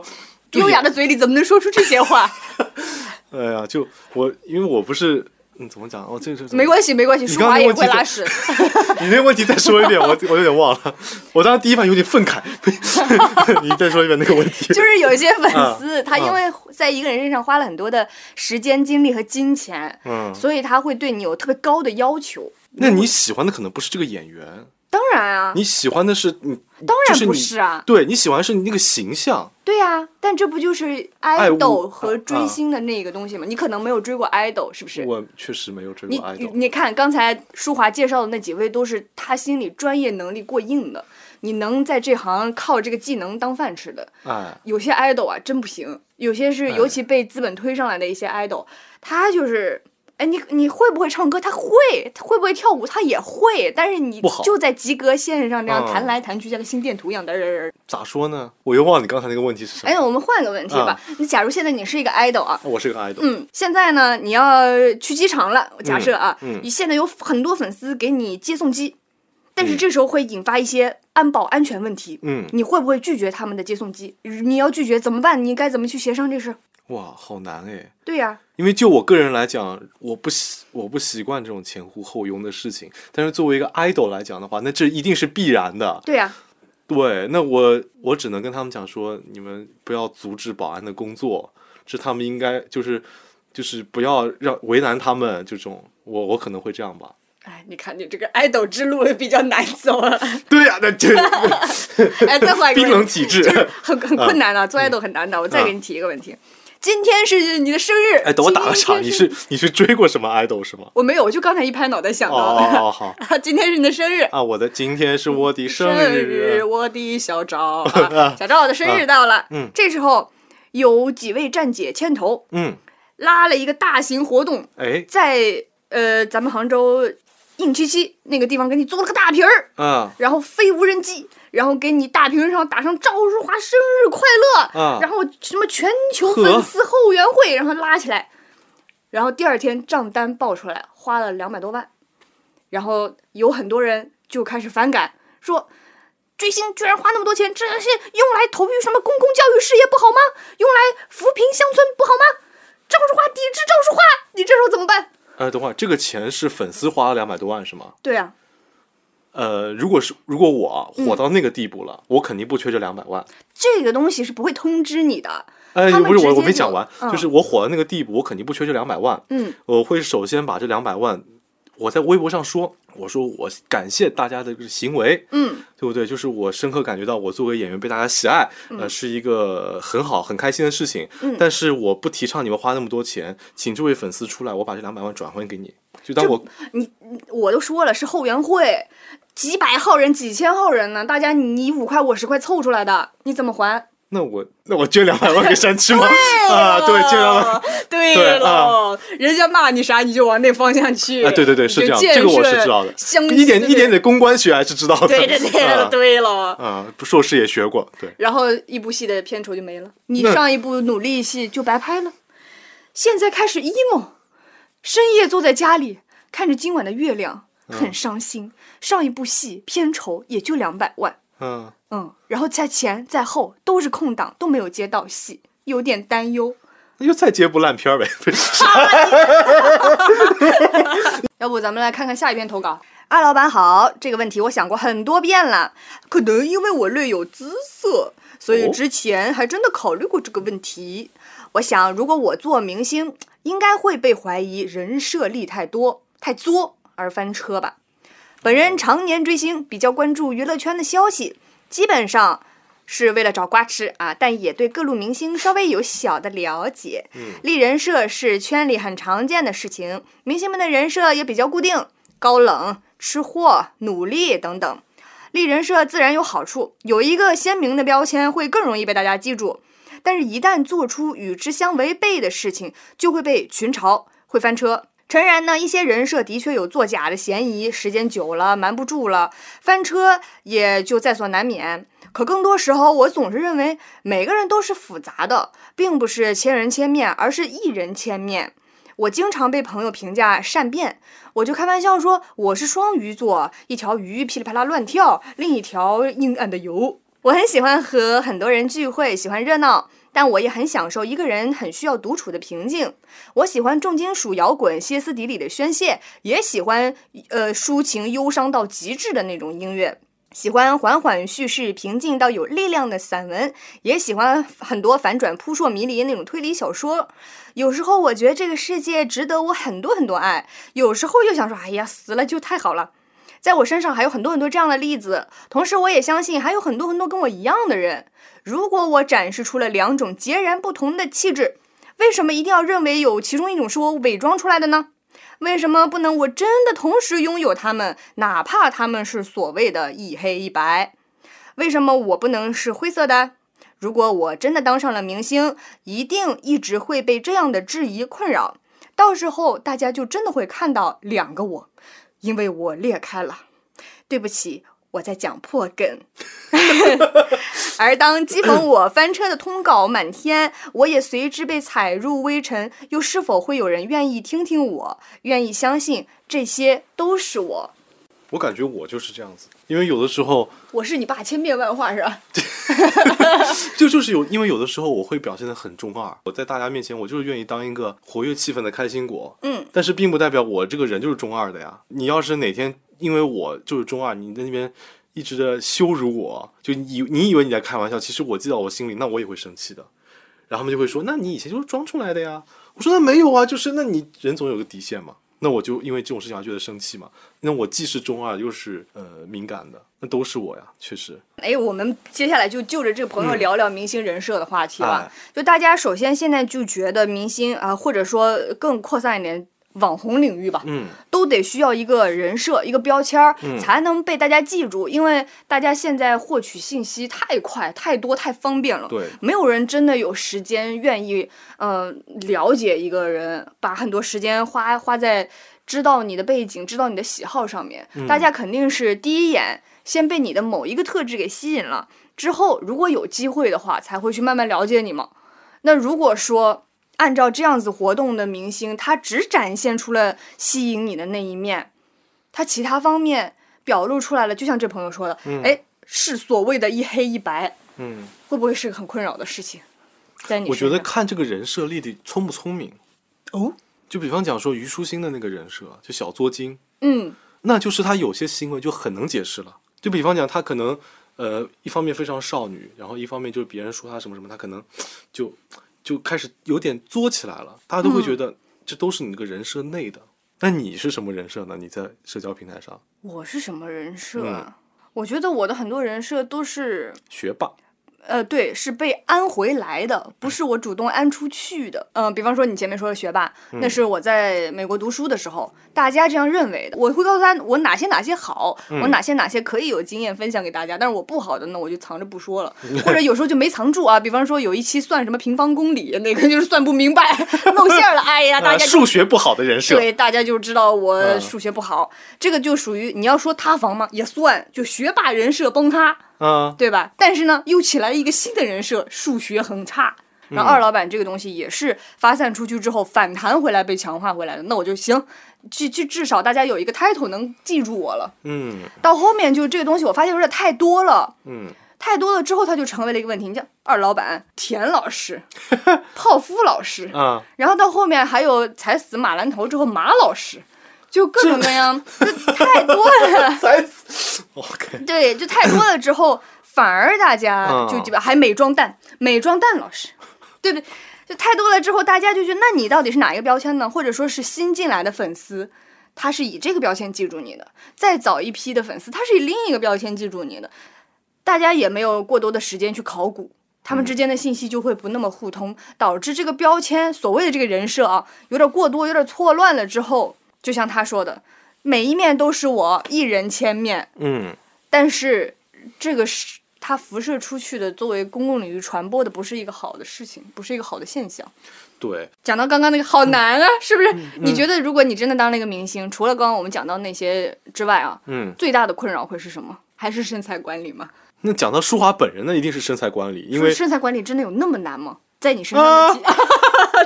优雅的嘴里怎么能说出这些话？ 哎呀，就我因为我不是。嗯，怎么讲？哦，这这没关系，没关系，舒华也会拉屎。 你那个问题再说一遍，我我有点忘了。我当时第一反应有点愤慨。你再说一遍那个问题。 就是有一些粉丝，啊、他因为在一个人身上花了很多的时间、精力和金钱，嗯，所以他会对你有特别高的要求。 那你喜欢的可能不是这个演员。 当然啊， 你喜欢的是你， 当然不是啊。 对，你喜欢的是你那个形象。 对啊，但这不就是爱豆和追星的那个东西吗？啊、你可能没有追过爱豆，是不是？ 我确实没有追过爱豆。 你你看刚才舒华介绍的那几位，都是他心里专业能力过硬的，你能在这行靠这个技能当饭吃的。 哎， 有些爱豆啊，真不行。有些是尤其被资本推上来的一些爱豆，他就是。哎，你你会不会唱歌？他会，他会不会跳舞？他也会，但是你就在及格线上这样弹来弹去，像个心电图一样的人。 咋说呢？我又忘了你刚才那个问题是什么。 哎，我们换个问题吧。啊、你假如现在你是一个 idol 啊， 我是个 idol。 嗯，现在呢，你要去机场了。假设啊， 嗯， 你现在有很多粉丝给你接送机，但是这时候会引发一些安保安全问题。 嗯， 你会不会拒绝他们的接送机？你要拒绝怎么办？你该怎么去协商这事？ 哇，好难哎。 对呀、啊， 因为就我个人来讲，我不习我不习惯这种前呼后拥的事情。但是作为一个 idol 来讲的话，那这一定是必然的。 对呀、啊， 对，那我我只能跟他们讲说，你们不要阻止保安的工作，是他们应该就是就是不要让为难他们这种。我我可能会这样吧。 哎，你看你这个爱豆之路比较难走啊。 对呀、啊，那这哎，再换一个冰冷体质， 就是很很困难的、啊，做爱豆很难的。我再给你提一个问题。今天是你的生日， 哎，等我打个岔，你是你是追过什么 idol 是吗？ 我没有，我就刚才一拍脑袋想到的。 哦，好， 今天是你的生日啊！我的今天是我的生日， 生日我的小赵，啊、小赵的生日到了。 啊、嗯， 这时候有几位站姐牵头， 嗯， 拉了一个大型活动， 哎， 在呃咱们杭州硬七七那个地方给你做了个大屏儿， 啊， 然后飞无人机。然后给你大屏上打上赵淑华生日快乐， 啊、 然后什么全球粉丝后援会，然后拉起来，然后第二天账单报出来，花了两百多万，然后有很多人就开始反感，说追星居然花那么多钱，这是用来投于什么公共教育事业不好吗？用来扶贫乡村不好吗？赵淑华抵制赵淑华，你这时候怎么办？ 呃，等会儿这个钱是粉丝花了两百多万是吗？ 对啊。 呃，如果是如果我火到那个地步了，嗯、我肯定不缺这两百万。 这个东西是不会通知你的。 哎，不是我我没讲完、 嗯， 就是我火到那个地步，我肯定不缺这两百万。 嗯， 我会首先把这两百万，我在微博上说，我说我感谢大家的这个行为， 嗯， 对不对？就是我深刻感觉到我作为演员被大家喜爱， 嗯、 呃，是一个很好很开心的事情。 嗯， 但是我不提倡你们花那么多钱，请这位粉丝出来，我把这两百万转还给你。就当我你我都说了是后援会。几百号人、几千号人呢？大家你五块我十块凑出来的，你怎么还？ 那我那我捐两百万给山区吗？啊，对，捐两百。 对了、啊，人家骂你啥你就往那方向去。 啊，对对对，是这样，这个我是知道的。一点一点点公关学还是知道的。 对对对了，啊、对了。 啊，硕士也学过，对。 然后一部戏的片酬就没了，你上一部努力戏就白拍了。现在开始 emo， 深夜坐在家里看着今晚的月亮。很伤心、嗯，上一部戏片酬也就两百万， 嗯嗯，然后在前在后都是空档，都没有接到戏，有点担忧。 那就再接部烂片呗。 要不咱们来看看下一篇投稿。二老板好，这个问题我想过很多遍了，可能因为我略有姿色，所以之前还真的考虑过这个问题。哦、我想，如果我做明星，应该会被怀疑人设立太多、太作。而翻车吧。本人常年追星，比较关注娱乐圈的消息，基本上是为了找瓜吃啊，但也对各路明星稍微有小的了解。 嗯， 立人设是圈里很常见的事情，明星们的人设也比较固定，高冷、吃货、努力等等。立人设自然有好处，有一个鲜明的标签会更容易被大家记住，但是一旦做出与之相违背的事情，就会被群嘲，会翻车。诚然呢，一些人设的确有作假的嫌疑，时间久了瞒不住了，翻车也就在所难免。可更多时候，我总是认为每个人都是复杂的，并不是千人千面，而是一人千面。我经常被朋友评价善变，我就开玩笑说我是双鱼座，一条鱼噼里啪啦乱跳，另一条阴暗的游。我很喜欢和很多人聚会，喜欢热闹， 但我也很享受一个人很需要独处的平静。我喜欢重金属摇滚歇斯底里的宣泄，也喜欢呃抒情忧伤到极致的那种音乐，喜欢缓缓叙事平静到有力量的散文，也喜欢很多反转扑朔迷离那种推理小说。有时候我觉得这个世界值得我很多很多爱，有时候又想说哎呀死了就太好了。在我身上还有很多很多这样的例子，同时我也相信还有很多很多跟我一样的人。如果我展示出了两种截然不同的气质，为什么一定要认为有其中一种是我伪装出来的呢？为什么不能我真的同时拥有它们，哪怕它们是所谓的一黑一白？为什么我不能是灰色的？如果我真的当上了明星，一定一直会被这样的质疑困扰，到时候大家就真的会看到两个我，因为我裂开了。对不起，我在讲破梗。而当讥讽我翻车的通稿满天，我也随之被踩入微尘，又是否会有人愿意听听我，愿意相信这些都是我？ 我感觉我就是这样子，因为有的时候我是你爸千变万化是吧？ 就就是有，因为有的时候我会表现得很中二，我在大家面前我就是愿意当一个活跃气氛的开心果， 嗯， 但是并不代表我这个人就是中二的呀。你要是哪天因为我就是中二，你在那边一直的羞辱我，就你你以为你在开玩笑，其实我记到我心里，那我也会生气的。然后他们就会说，那你以前就是装出来的呀。我说那没有啊，就是那你人总有个底线嘛。那我就因为这种事情而觉得生气嘛。那我既是中二又是呃敏感的，那都是我呀，确实。 哎，我们接下来就就着这个朋友聊聊明星人设的话题吧。 嗯、 就大家首先现在就觉得明星啊、呃，或者说更扩散一点。网红领域吧， 嗯， 都得需要一个人设，一个标签儿、 嗯， 才能被大家记住。因为大家现在获取信息太快、太多、太方便了， 对， 没有人真的有时间愿意，呃，了解一个人，把很多时间花花在知道你的背景、知道你的喜好上面。 嗯、 大家肯定是第一眼先被你的某一个特质给吸引了，之后如果有机会的话，才会去慢慢了解你嘛。那如果说按照这样子活动的明星，他只展现出了吸引你的那一面，他其他方面表露出来了，就像这朋友说的， 嗯， 哎，是所谓的一黑一白， 嗯， 会不会是个很困扰的事情？在你我觉得看这个人设立的聪不聪明哦。 就比方讲说虞书欣的那个人设，就小作精， 嗯， 那就是他有些行为就很能解释了。就比方讲，他可能呃一方面非常少女，然后一方面就是别人说他什么什么，他可能就。就开始有点作起来了，大家都会觉得这都是你那个人设内的。那、嗯、你是什么人设呢？你在社交平台上？ 我是什么人设、 嗯？ 我觉得我的很多人设都是学霸。 呃，对，是被安回来的，不是我主动安出去的。嗯、呃，比方说你前面说的学霸、嗯，那是我在美国读书的时候，大家这样认为的。我会告诉他我哪些哪些好， 嗯、 我哪些哪些可以有经验分享给大家，但是我不好的呢，我就藏着不说了，或者有时候就没藏住啊。比方说有一期算什么平方公里，那个就是算不明白，露馅了。哎呀，大家、呃、 数学不好的人设， 对，大家就知道我数学不好，嗯、这个就属于你要说塌房嘛，也算，就学霸人设崩塌。 嗯， 对吧？但是呢，又起来了一个新的人设，数学很差。然后二老板这个东西也是发散出去之后反弹回来，被强化回来的。那我就行，至至至少大家有一个 title 能记住我了。 嗯， 到后面就这个东西，我发现有点太多了。 嗯， 太多了之后，它就成为了一个问题。你像二老板、田老师、泡芙老师啊， 然后到后面还有踩死马兰头之后马老师。就各种各样，就太多了。 OK， 对，就太多了之后，反而大家就基本还美妆蛋，美妆蛋老师，对不对？就太多了之后，大家就觉得，那你到底是哪一个标签呢？或者说是新进来的粉丝，他是以这个标签记住你的；再早一批的粉丝，他是以另一个标签记住你的。大家也没有过多的时间去考古，他们之间的信息就会不那么互通，导致这个标签所谓的这个人设啊，有点过多，有点错乱了之后。就像他说的，每一面都是我，一人千面。 嗯， 但是这个是它辐射出去的，作为公共领域传播的，不是一个好的事情，不是一个好的现象。 对， 讲到刚刚那个好难啊，是不是？ 嗯、 你觉得如果你真的当了一个明星，除了刚刚我们讲到那些之外啊， 嗯， 最大的困扰会是什么？还是身材管理吗？ 那讲到舒华本人呢，一定是身材管理，因为身材管理真的有那么难吗？在你身上的、啊、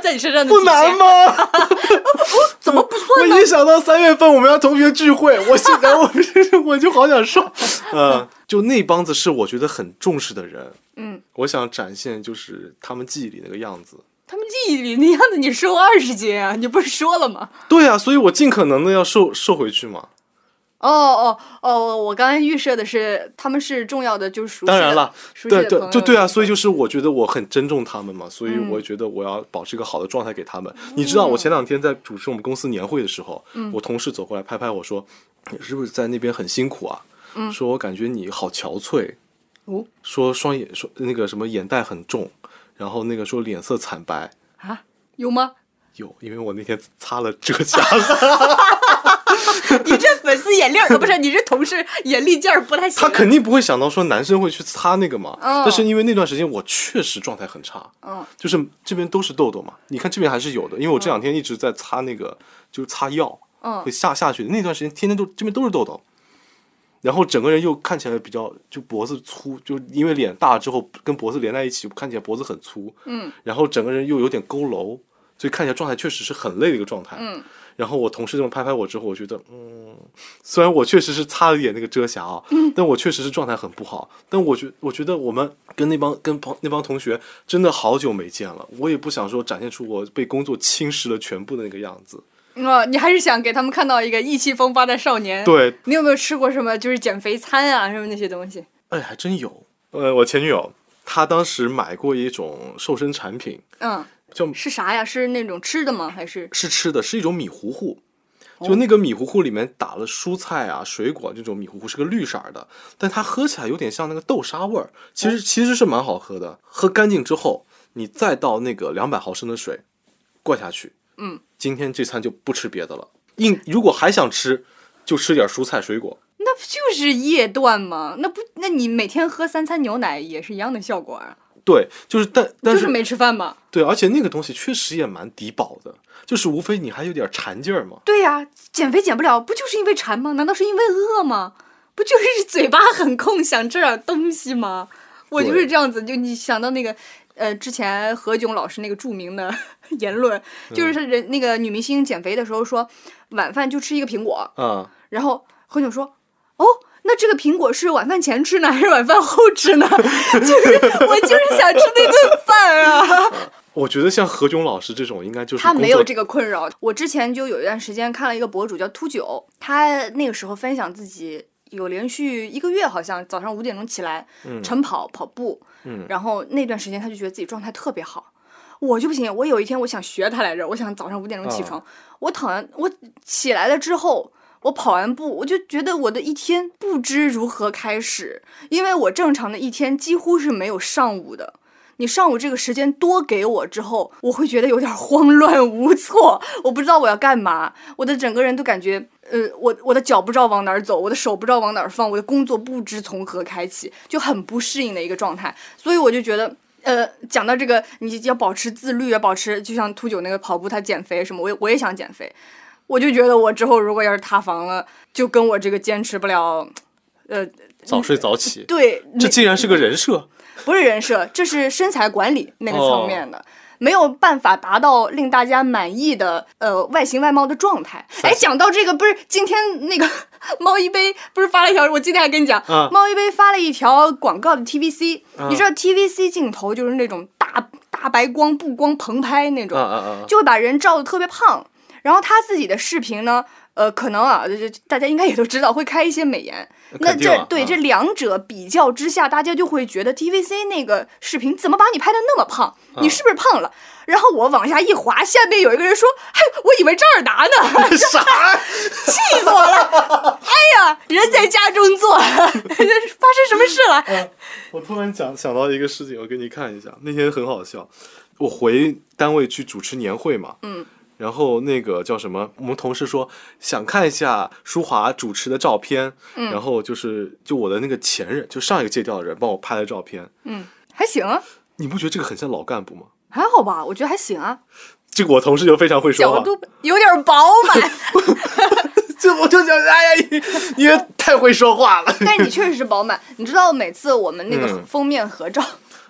在你身上的不难吗？ 怎么不算呢？ 我一想到三月份我们要同学聚会，我现在我我就好想说，呃，就那帮子是我觉得很重视的人， 嗯， 我想展现就是他们记忆里那个样子。 他们记忆里那样子，你瘦二十斤啊？你不是说了吗？ 对啊，所以我尽可能的要瘦瘦回去嘛。 哦哦哦！我刚才预设的是他们是重要的，就是熟悉的。 当然了，对对，就对啊，所以就是我觉得我很珍重他们嘛，所以我觉得我要保持一个好的状态给他们。嗯、你知道，我前两天在主持我们公司年会的时候，嗯、我同事走过来拍拍我说：“你是不是在那边很辛苦啊？”嗯、说我感觉你好憔悴，哦、说双眼说那个什么眼袋很重，然后那个说脸色惨白啊，有吗？ 有，因为我那天擦了遮瑕了。 你这粉丝眼力儿不是？你这同事眼力劲儿不太行。 他肯定不会想到说男生会去擦那个嘛。嗯、但是因为那段时间我确实状态很差，嗯，就是这边都是痘痘嘛。你看这边还是有的，因为我这两天一直在擦那个，就是擦药，嗯，会下下去的。那段时间天天都这边都是痘痘，然后整个人又看起来比较就脖子粗，就因为脸大之后跟脖子连在一起，看起来脖子很粗，嗯，然后整个人又有点佝偻，所以看起来状态确实是很累的一个状态，嗯。然后我同事这么拍拍我之后，我觉得，嗯，虽然我确实是擦了一点那个遮瑕啊，嗯，但我确实是状态很不好。但我觉我觉得我们跟那帮跟那帮同学真的好久没见了，我也不想说展现出我被工作侵蚀了全部的那个样子。 哦，你还是想给他们看到一个意气风发的少年。 对， 你有没有吃过什么就是减肥餐啊，什么那些东西？ 哎，还真有。呃，我前女友她当时买过一种瘦身产品，嗯。 是啥呀？是那种吃的吗？还是是吃的？是一种米糊糊，就那个米糊糊里面打了蔬菜啊、水果，这种米糊糊是个绿色的，但它喝起来有点像那个豆沙味儿，其实、哦、其实是蛮好喝的。喝干净之后，你再倒那个两百毫升的水灌下去，嗯，今天这餐就不吃别的了。硬如果还想吃，就吃点蔬菜水果。 那不就是夜断吗？那不，那你每天喝三餐牛奶也是一样的效果啊。 对，就是但但是就是没吃饭嘛。 对，而且那个东西确实也蛮抵饱的，就是无非你还有点馋劲儿嘛。 对呀、啊，减肥减不了，不就是因为馋吗？难道是因为饿吗？不就是嘴巴很空，想吃点东西吗？我就是这样子，就你想到那个，呃，之前何炅老师那个著名的言论，就是人、嗯、那个女明星减肥的时候说，晚饭就吃一个苹果，嗯，然后何炅说，哦。那这个苹果是晚饭前吃呢，还是晚饭后吃呢？就是我就是想吃那顿饭啊。 我觉得像何炅老师这种，应该就是他没有这个困扰。我之前就有一段时间看了一个博主叫秃九，他那个时候分享自己有连续一个月，好像早上五点钟起来、嗯、晨跑跑步，嗯，然后那段时间他就觉得自己状态特别好。我就不行，我有一天我想学他来着，我想早上五点钟起床，啊、我躺下，我起来了之后。我跑完步，我就觉得我的一天不知如何开始，因为我正常的一天几乎是没有上午的。你上午这个时间多给我之后，我会觉得有点慌乱无措，我不知道我要干嘛，我的整个人都感觉，呃，我我的脚不知道往哪儿走，我的手不知道往哪儿放，我的工作不知从何开启，就很不适应的一个状态。所以我就觉得。呃，讲到这个，你要保持自律啊，保持就像秃九那个跑步，他减肥什么，我也我也想减肥。我就觉得我之后如果要是塌房了，就跟我这个坚持不了，呃， 早睡早起。 对， 这竟然是个人设， 不是人设，这是身材管理那个层面的，哦、没有办法达到令大家满意的呃外形外貌的状态。哎，讲到这个，不是今天那个猫一杯不是发了一条，我今天还跟你讲，啊、猫一杯发了一条广告的 T V C，、啊、你知道 T V C 镜头就是那种大大白光布光棚拍那种，啊啊啊、就会把人照得特别胖。然后他自己的视频呢，呃，可能啊，大家应该也都知道会开一些美颜。那这、啊、对、嗯、这两者比较之下，大家就会觉得 T V C 那个视频怎么把你拍的那么胖？你是不是胖了？嗯、然后我往下一滑，下面有一个人说：“嘿，我以为赵尔达呢。” 啥？ 气死我了！哎呀，人在家中坐，发生什么事了？ 嗯、我突然想想到一个事情，我给你看一下。那天很好笑，我回单位去主持年会嘛。嗯。然后那个叫什么，我们同事说想看一下舒华主持的照片，嗯、然后就是就我的那个前任，就上一个借调的人帮我拍的照片， 嗯，还行啊。 你不觉得这个很像老干部吗？ 还好吧，我觉得还行啊。 这个我同事就非常会说话， 角度有点饱满。 这我就想，哎呀，你也太会说话了。 但是你确实是饱满，你知道每次我们那个封面合照。嗯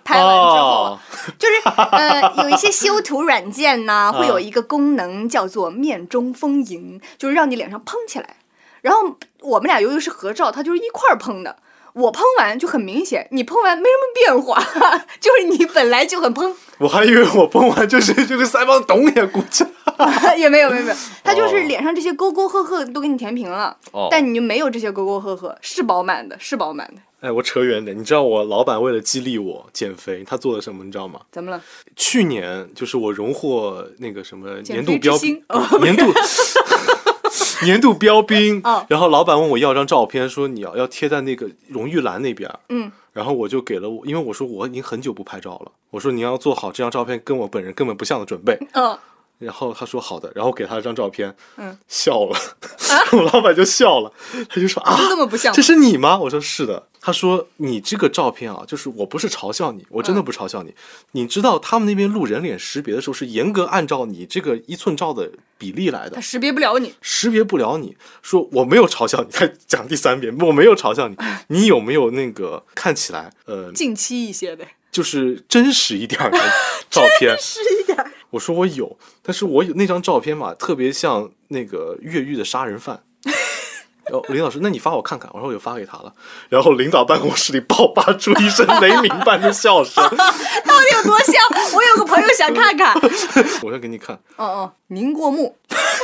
拍完之后，哦、就是呃有一些修图软件呢，会有一个功能叫做面中丰盈，就是让你脸上嘭起来。然后我们俩由于是合照，它就是一块儿嘭的。我嘭完就很明显，你嘭完没什么变化，就是你本来就很嘭。 我还以为我嘭完就是这个腮帮咚也鼓起来， 也没有没有没有，它就是脸上这些沟沟壑壑都给你填平了，哦、但你就没有这些沟沟壑壑，是饱满的，是饱满的。 哎，我扯远点，你知道我老板为了激励我减肥，他做了什么？你知道吗？ 怎么了？ 去年就是我荣获那个什么年度标兵，哦、年度。年度标兵，哦、然后老板问我要张照片，说你要要贴在那个荣誉栏那边， 嗯， 然后我就给了我，因为我说我已经很久不拍照了，我说你要做好这张照片跟我本人根本不像的准备， 嗯， 然后他说好的，然后给他一张照片， 嗯， 笑了，啊、我老板就笑了，他就说啊， 这么不像， 这是你吗？我说是的。他说你这个照片啊，就是我不是嘲笑你，我真的不嘲笑你。嗯、你知道他们那边录人脸识别的时候是严格按照你这个一寸照的比例来的， 他识别不了你， 识别不了你。说我没有嘲笑你，再讲第三遍，我没有嘲笑你。你有没有那个看起来呃近期一些的， 就是真实一点的照片？ 真实一点。 我说我有，但是我有那张照片嘛，特别像那个越狱的杀人犯。然后领导说：“那你发我看看。”我说：“我就发给他了。”然后领导办公室里爆发出一声雷鸣般的笑声， 到底有多像？我有个朋友想看看， 我要给你看。 哦哦，宁过目。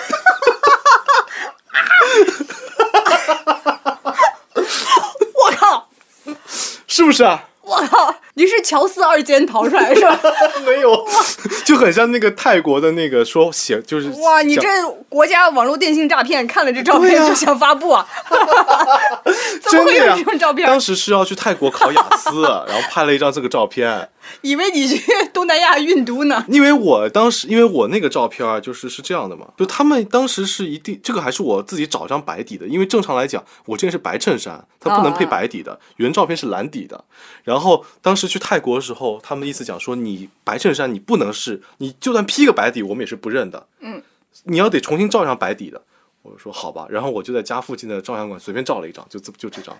我靠！ 是不是啊？ 我靠！你是乔四二尖逃出来是吧？ 没有，就很像那个泰国的那个说写就是哇，你这国家网络电信诈骗，看了这照片就想发布啊？怎么会有这种照片？ 当时是要去泰国考雅思，然后拍了一张这个照片。 以为你去东南亚运毒呢？ 因为我当时，因为我那个照片就是是这样的嘛，就他们当时是一定，这个还是我自己找张白底的，因为正常来讲，我这个是白衬衫，它不能配白底的，哦、原照片是蓝底的。然后当时去泰国的时候，他们意思讲说，你白衬衫你不能是，你就算 P 个白底，我们也是不认的。 嗯， 你要得重新照一张白底的。我说好吧，然后我就在家附近的照相馆随便照了一张，就就这张。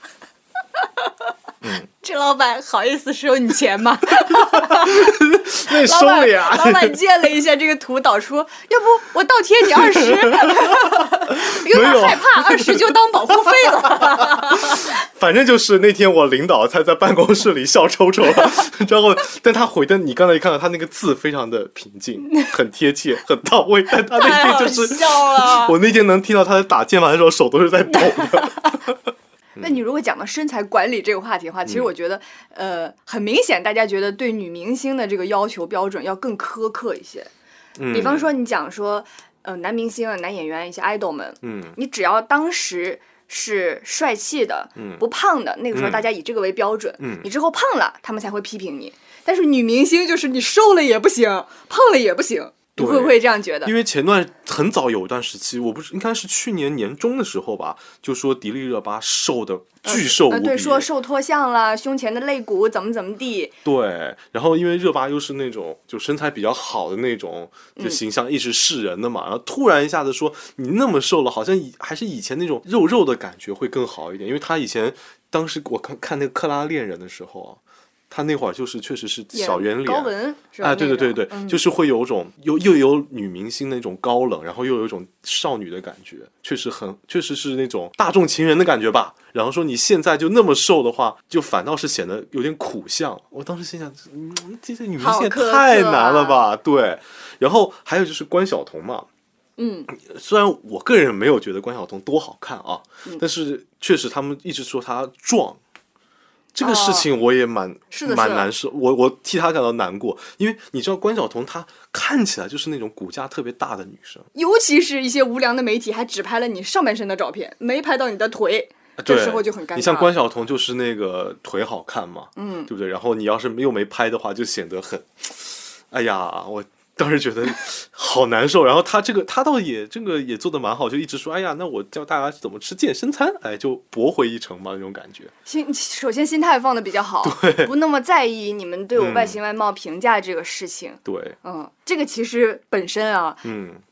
嗯， 这老板好意思收你钱吗？ 那收了呀。 老板见了一下这个图，导出，要不我倒贴你二十，有点害怕，二十就当保护费了。 反正就是那天我领导他在办公室里笑抽抽了，然后但他回的你刚才一看到他那个字非常的平静，很贴切，很到位，但他那天就是太好笑了。 我那天能听到他在打键盘的时候手都是在抖的。 那你如果讲到身材管理这个话题的话，其实我觉得，嗯、呃，很明显，大家觉得对女明星的这个要求标准要更苛刻一些。 嗯， 比方说你讲说，呃，男明星、男演员、一些 idol 们， 嗯， 你只要当时是帅气的， 嗯， 不胖的，那个时候大家以这个为标准， 嗯， 你之后胖了，他们才会批评你。但是女明星就是你瘦了也不行，胖了也不行。你会不会这样觉得？ 因为前段很早有一段时期，我不是应该是去年年中的时候吧，就说迪丽热巴瘦的巨瘦无比、呃呃， 对，说瘦脱相了，胸前的肋骨怎么怎么地。 对，然后因为热巴又是那种就身材比较好的那种，就形象一直示人的嘛，嗯、然后突然一下子说你那么瘦了，好像以还是以前那种肉肉的感觉会更好一点，因为她以前当时我看看那个《克拉恋人》的时候啊。他那会儿就是确实是小圆脸， 高纹是吧？ 哎，对对对对， 嗯、 就是会有种又又有女明星那种高冷，然后又有一种少女的感觉，确实很确实是那种大众情人的感觉吧。然后说你现在就那么瘦的话，就反倒是显得有点苦相。我当时心想，嗯，这些女明星也太难了吧？对。然后还有就是关晓彤嘛。 嗯， 虽然我个人没有觉得关晓彤多好看啊， 嗯、 但是确实他们一直说她壮。这个事情我也蛮、 哦、 蛮难受，我我替她感到难过，因为你知道关晓彤她看起来就是那种骨架特别大的女生， 尤其是一些无良的媒体还只拍了你上半身的照片，没拍到你的腿，这时候就很尴尬。 你像关晓彤就是那个腿好看嘛， 嗯， 对不对？然后你要是又没拍的话，就显得很，哎呀，我。当时觉得好难受，然后他这个他倒也这个也做得蛮好，就一直说哎呀，那我教大家怎么吃健身餐，哎，就驳回一城嘛那种感觉。 心首先心态放得比较好， 对， 不那么在意你们对我外形外貌评价这个事情。 对， 嗯，这个其实本身啊， 嗯，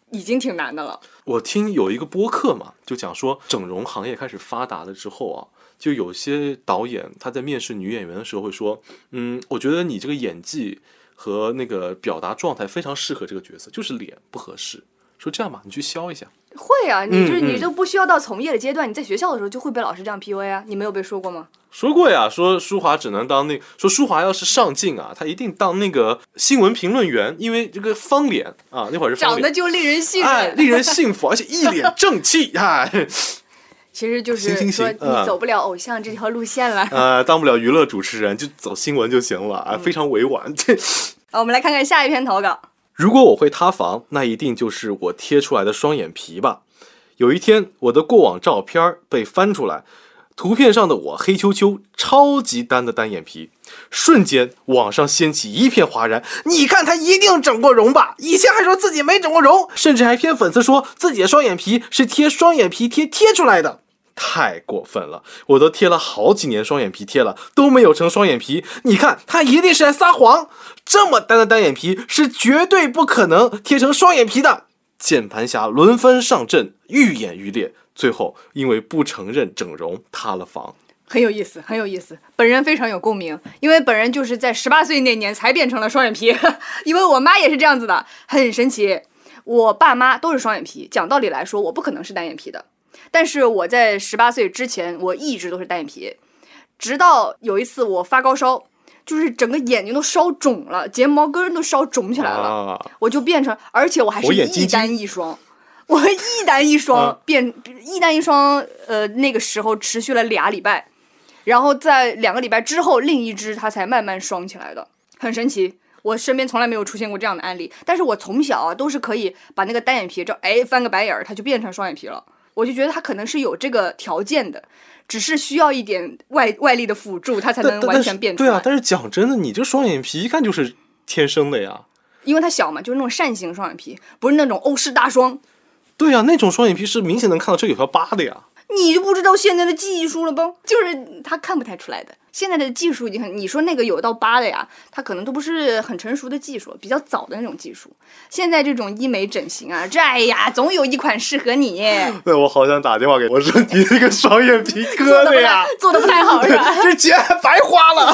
已经挺难的了。 我听有一个播客嘛，就讲说整容行业开始发达了之后啊，就有些导演他在面试女演员的时候会说，嗯，我觉得你这个演技和那个表达状态非常适合这个角色，就是脸不合适。说这样吧，你去削一下。 会啊，你就、嗯、你就不需要到从业的阶段，你在学校的时候就会被老师这样 P U A 啊。你没有被说过吗？ 说过呀，说舒华只能当那说舒华要是上镜啊，他一定当那个新闻评论员，因为这个方脸啊，那会儿是方脸长得就令人信任， 哎，令人信服，而且一脸正气，哎。 其实就是说你走不了偶像这条路线了， 呃，当不了娱乐主持人，就走新闻就行了啊，嗯、非常委婉。 好，我们来看看下一篇投稿。 如果我会塌房，那一定就是我贴出来的双眼皮吧。有一天，我的过往照片被翻出来，图片上的我黑黢黢、超级单的单眼皮，瞬间网上掀起一片哗然。你看他一定整过容吧？以前还说自己没整过容，甚至还骗粉丝说自己的双眼皮是贴双眼皮贴贴出来的。太过分了，我都贴了好几年双眼皮贴了，都没有成双眼皮。你看他一定是在撒谎，这么单的单眼皮是绝对不可能贴成双眼皮的。键盘侠轮番上阵，愈演愈烈，最后因为不承认整容塌了房。 很有意思，很有意思，本人非常有共鸣，因为本人就是在十八岁那年才变成了双眼皮，因为我妈也是这样子的，很神奇。我爸妈都是双眼皮，讲道理来说，我不可能是单眼皮的。但是我在十八岁之前，我一直都是单眼皮，直到有一次我发高烧，就是整个眼睛都烧肿了，睫毛根都烧肿起来了，啊、我就变成，而且我还是一单一双，我一单一双、啊、变一单一双，呃，那个时候持续了俩礼拜，然后在两个礼拜之后，另一只它才慢慢双起来的，很神奇。我身边从来没有出现过这样的案例，但是我从小啊都是可以把那个单眼皮这哎翻个白眼儿，它就变成双眼皮了。我就觉得他可能是有这个条件的，只是需要一点外外力的辅助，他才能完全变出来。 对啊，但是讲真的，你这双眼皮一看就是天生的呀。 因为它小嘛，就是那种扇形双眼皮，不是那种欧式大双。 对啊，那种双眼皮是明显能看到这有条疤的呀。 你就不知道现在的技术了吧？就是他看不太出来的。现在的技术已经很，你说那个有道疤的呀，它可能都不是很成熟的技术，比较早的那种技术。现在这种医美整形啊，这哎呀，总有一款适合你。 对，我好想打电话给我说你那个双眼皮割的呀， 做的不太好是吧？ 这钱白花了。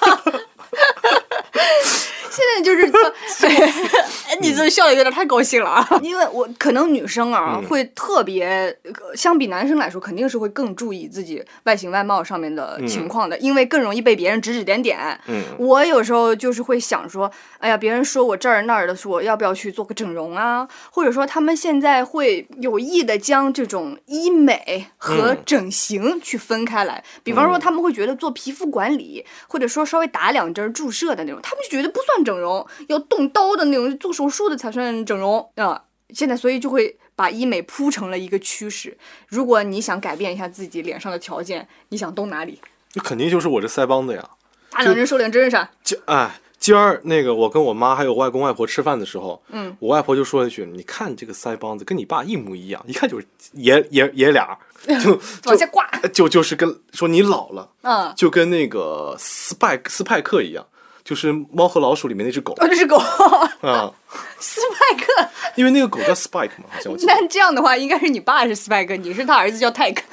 现在就是说，你这笑的有点太高兴了啊！因为我可能女生啊、嗯、会特别，相比男生来说，肯定是会更注意自己外形外貌上面的情况的，嗯、因为更容易被别人指指点点。嗯，我有时候就是会想说，哎呀，别人说我这儿那儿的，说我要不要去做个整容啊？或者说他们现在会有意的将这种医美和整形去分开来，嗯、比方说他们会觉得做皮肤管理，或者说稍微打两针注射的那种，他们就觉得不算整容，要动刀的那种，做手术的才算整容啊、呃！现在所以就会把医美铺成了一个趋势。如果你想改变一下自己脸上的条件，你想动哪里？ 那肯定就是我这腮帮子呀， 打两针瘦脸针上。 就哎，今儿那个我跟我妈还有外公外婆吃饭的时候，嗯，我外婆就说了一句：“你看这个腮帮子跟你爸一模一样，一看就是爷爷爷俩。”就往下挂， 就就是跟说你老了，嗯，就跟那个斯派斯派克一样。就是《猫和老鼠》里面那只狗， 哦，这是狗啊， 斯派克， 因为那个狗叫 Spike 嘛，好像我记得。 那这样的话，应该是你爸是斯派克，你是他儿子叫泰克。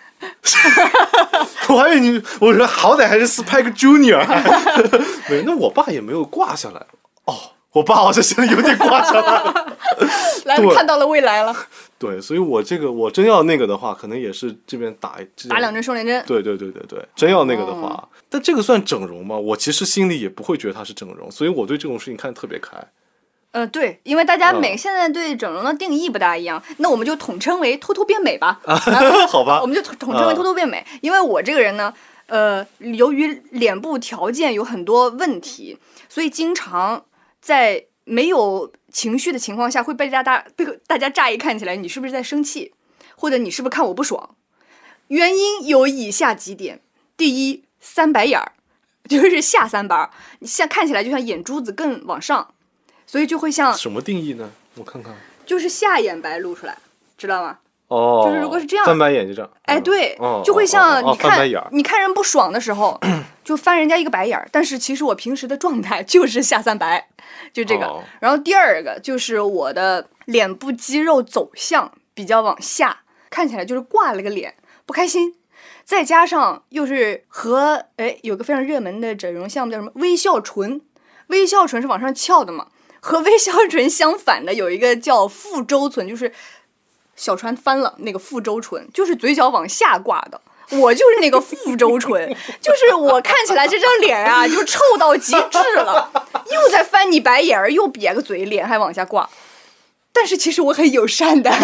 我还以为你，我说好歹还是 Spike Junior。没，那我爸也没有挂下来。哦，我爸好像现在有点挂下来了。 来，看到了未来了。 对，所以我这个我真要那个的话，可能也是这边打打两针瘦脸针。 对对对对对，真要那个的话，哦、但这个算整容吗？我其实心里也不会觉得它是整容，所以我对这种事情看得特别开。 呃，对，因为大家每、嗯、现在对整容的定义不大一样，那我们就统称为偷偷变美吧。啊、 好吧， 我们就统称为偷偷变美，嗯、因为我这个人呢，呃，由于脸部条件有很多问题，所以经常在没有情绪的情况下会被大家被大家乍一看起来你是不是在生气，或者你是不是看我不爽。原因有以下几点：第一，三白眼儿，就是下三白，你像看起来就像眼珠子更往上，所以就会像什么定义呢？我看看， 就是下眼白露出来，知道吗？ 哦， 就是如果是这样翻白眼就这样， 哎，对， 哦、 就会像你看、 哦哦、 你看人不爽的时候就翻人家一个白眼儿，但是其实我平时的状态就是下三白，就这个。哦、然后第二个就是我的脸部肌肉走向比较往下，看起来就是挂了个脸，不开心。再加上又是和哎有个非常热门的整容项目叫什么微笑唇，微笑唇是往上翘的嘛，和微笑唇相反的有一个叫腹周唇，就是小船翻了那个腹周唇，就是嘴角往下挂的。我就是那个腹周唇，就是我看起来这张脸啊就臭到极致了，又在翻你白眼儿，又瘪个嘴，脸还往下挂。但是其实我很友善的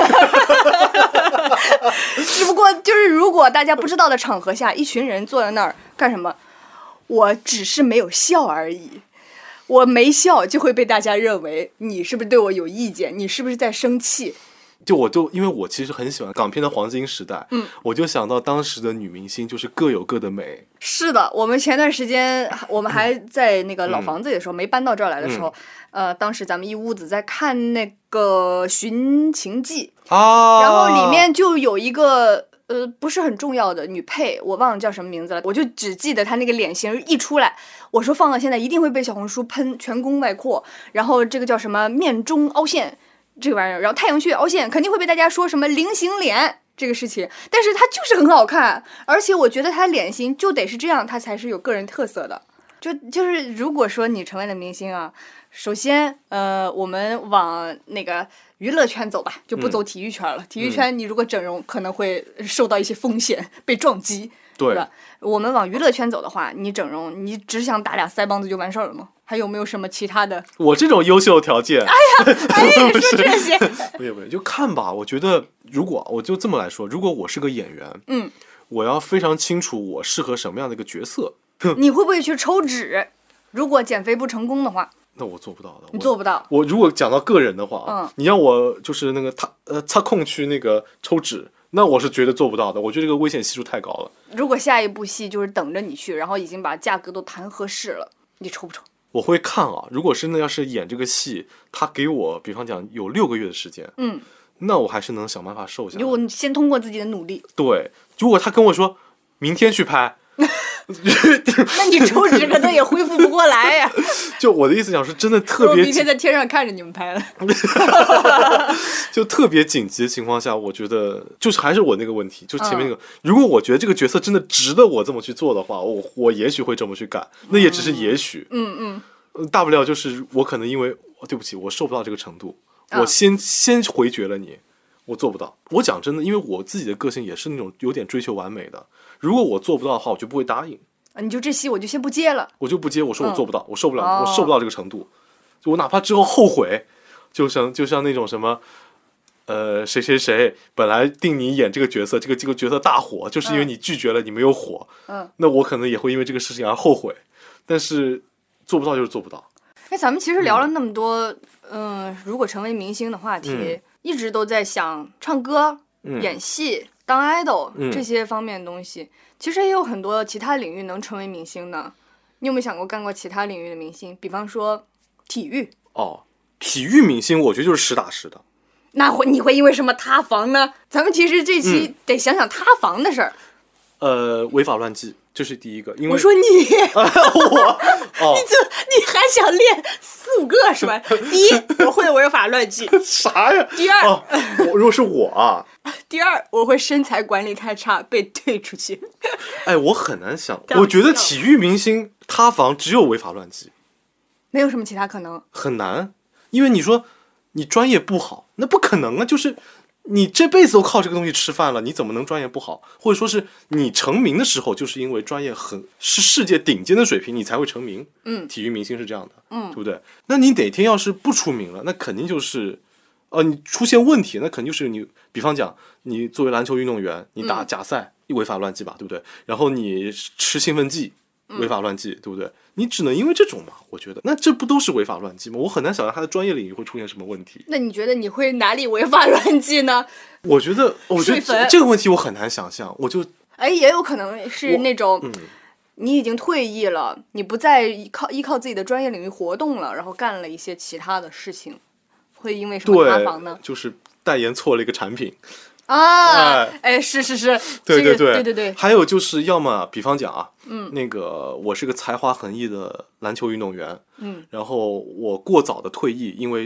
只不过就是如果大家不知道的场合下，一群人坐在那儿干什么，我只是没有笑而已，我没笑就会被大家认为你是不是对我有意见，你是不是在生气。 就我就因为我其实很喜欢港片的黄金时代，嗯，我就想到当时的女明星就是各有各的美。是的，我们前段时间我们还在那个老房子里的时候、嗯、没搬到这儿来的时候、嗯、呃，当时咱们一屋子在看那个《寻秦记》啊，然后里面就有一个呃不是很重要的女配，我忘了叫什么名字了，我就只记得她那个脸型一出来，我说放到现在一定会被小红书喷全攻外扩，然后这个叫什么面中凹陷这个玩意儿，然后太阳穴凹陷肯定会被大家说什么菱形脸这个事情，但是它就是很好看，而且我觉得它脸型就得是这样，它才是有个人特色的。就就是如果说你成为了明星啊，首先呃我们往那个娱乐圈走吧，就不走体育圈了、嗯、体育圈你如果整容可能会受到一些风险、嗯、被撞击，对吧？我们往娱乐圈走的话，你整容你只想打俩腮帮子就完事儿了吗？还有没有什么其他的？ 我这种优秀条件， 哎呀，哎呀，说这些， 不是不是，就看吧。我觉得，如果我就这么来说，如果我是个演员，嗯，我要非常清楚我适合什么样的一个角色。 你会不会去抽脂？如果减肥不成功的话， 那我做不到的。 你做不到。 我, 我如果讲到个人的话，嗯，你让我就是那个他呃擦控去那个抽脂，那我是绝对做不到的。我觉得这个危险系数太高了。 如果下一部戏就是等着你去，然后已经把价格都谈合适了，你抽不抽？ 我会看啊，如果真的要是演这个戏，他给我比方讲有六个月的时间，嗯，那我还是能想办法瘦下来。 如果你先通过自己的努力， 对，如果他跟我说明天去拍， 那你抽脂可能也恢复不过来呀。 就我的意思讲是真的特别， 我明天在天上看着你们拍了， 就特别紧急的情况下，我觉得就是还是我那个问题，就前面那个、嗯，如果我觉得这个角色真的值得我这么去做的话，我我也许会这么去干，那也只是也许，嗯嗯，大不了就是我可能因为对不起，我受不到这个程度，我先、嗯、先回绝了你。我做不到。我讲真的，因为我自己的个性也是那种有点追求完美的，如果我做不到的话，我就不会答应。 你就这戏我就先不接了， 我就不接，我说我做不到、嗯、我受不了、哦、我受不到这个程度，就我哪怕之后后悔，就像就像那种什么呃谁谁谁本来定你演这个角色，这个这个角色大火，就是因为你拒绝了、嗯、你没有火，嗯，那我可能也会因为这个事情而后悔，但是做不到就是做不到。 哎，咱们其实聊了那么多嗯、呃，如果成为明星的话题、嗯、一直都在想唱歌、嗯、演戏、当 idol、嗯、这些方面的东西，其实也有很多其他领域能成为明星的。你有没有想过干过其他领域的明星？比方说体育。 哦，体育明星我觉得就是实打实的。 那会你会因为什么塌房呢？咱们其实这期得想想塌房的事儿、 嗯、呃违法乱纪，这是第一个。因为我说你、 呃、我、哦、 你这你还想练四五个是吧？第一，我会违法乱纪。 啥呀？ 第二、 哦、我如果是我啊， 第二我会身材管理太差被退出去。 哎，我很难想，我觉得体育明星塌房只有违法乱纪， 没有什么其他可能。 很难，因为你说你专业不好，那不可能啊，就是你这辈子都靠这个东西吃饭了，你怎么能专业不好？或者说是你成名的时候，就是因为专业很是世界顶尖的水平，你才会成名。嗯，体育明星是这样的，嗯，对不对？那你哪天要是不出名了，那肯定就是，呃，你出现问题，那肯定就是你，比方讲，你作为篮球运动员，你打假赛，嗯、违法乱纪吧，对不对？然后你吃兴奋剂，违法乱纪，嗯、对不对？你只能因为这种嘛，我觉得，那这不都是违法乱纪吗？我很难想象他的专业领域会出现什么问题。 那你觉得你会哪里违法乱纪呢？ 我觉得，我觉得这个问题我很难想象。我就， 哎，也有可能是那种，嗯、你已经退役了，你不再依靠依靠自己的专业领域活动了，然后干了一些其他的事情，会因为什么塌房呢？ 就是代言错了一个产品。 啊，哎，哎是是是， 对对对、这个、 对对对。 还有就是要么比方讲啊，嗯，那个我是个才华横溢的篮球运动员，嗯，然后我过早的退役，因为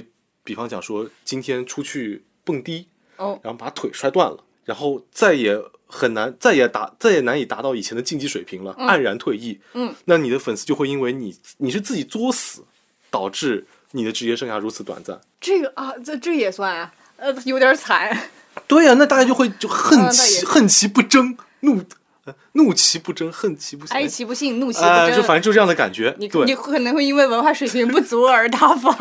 比方讲说今天出去蹦迪， 哦， 然后把腿摔断了，然后再也很难，再也达，再也难以达到以前的竞技水平了， 嗯、 黯然退役。 嗯， 那你的粉丝就会因为你你是自己作死，导致你的职业生涯如此短暂。 这个啊，这这也算啊，呃，有点惨。 对呀、啊，那大家就会就恨其、嗯、恨其不争，怒怒其不争，恨其不哀其不幸，怒其不争， 呃、就反正就这样的感觉。 你你可能会因为文化水平不足而塌房。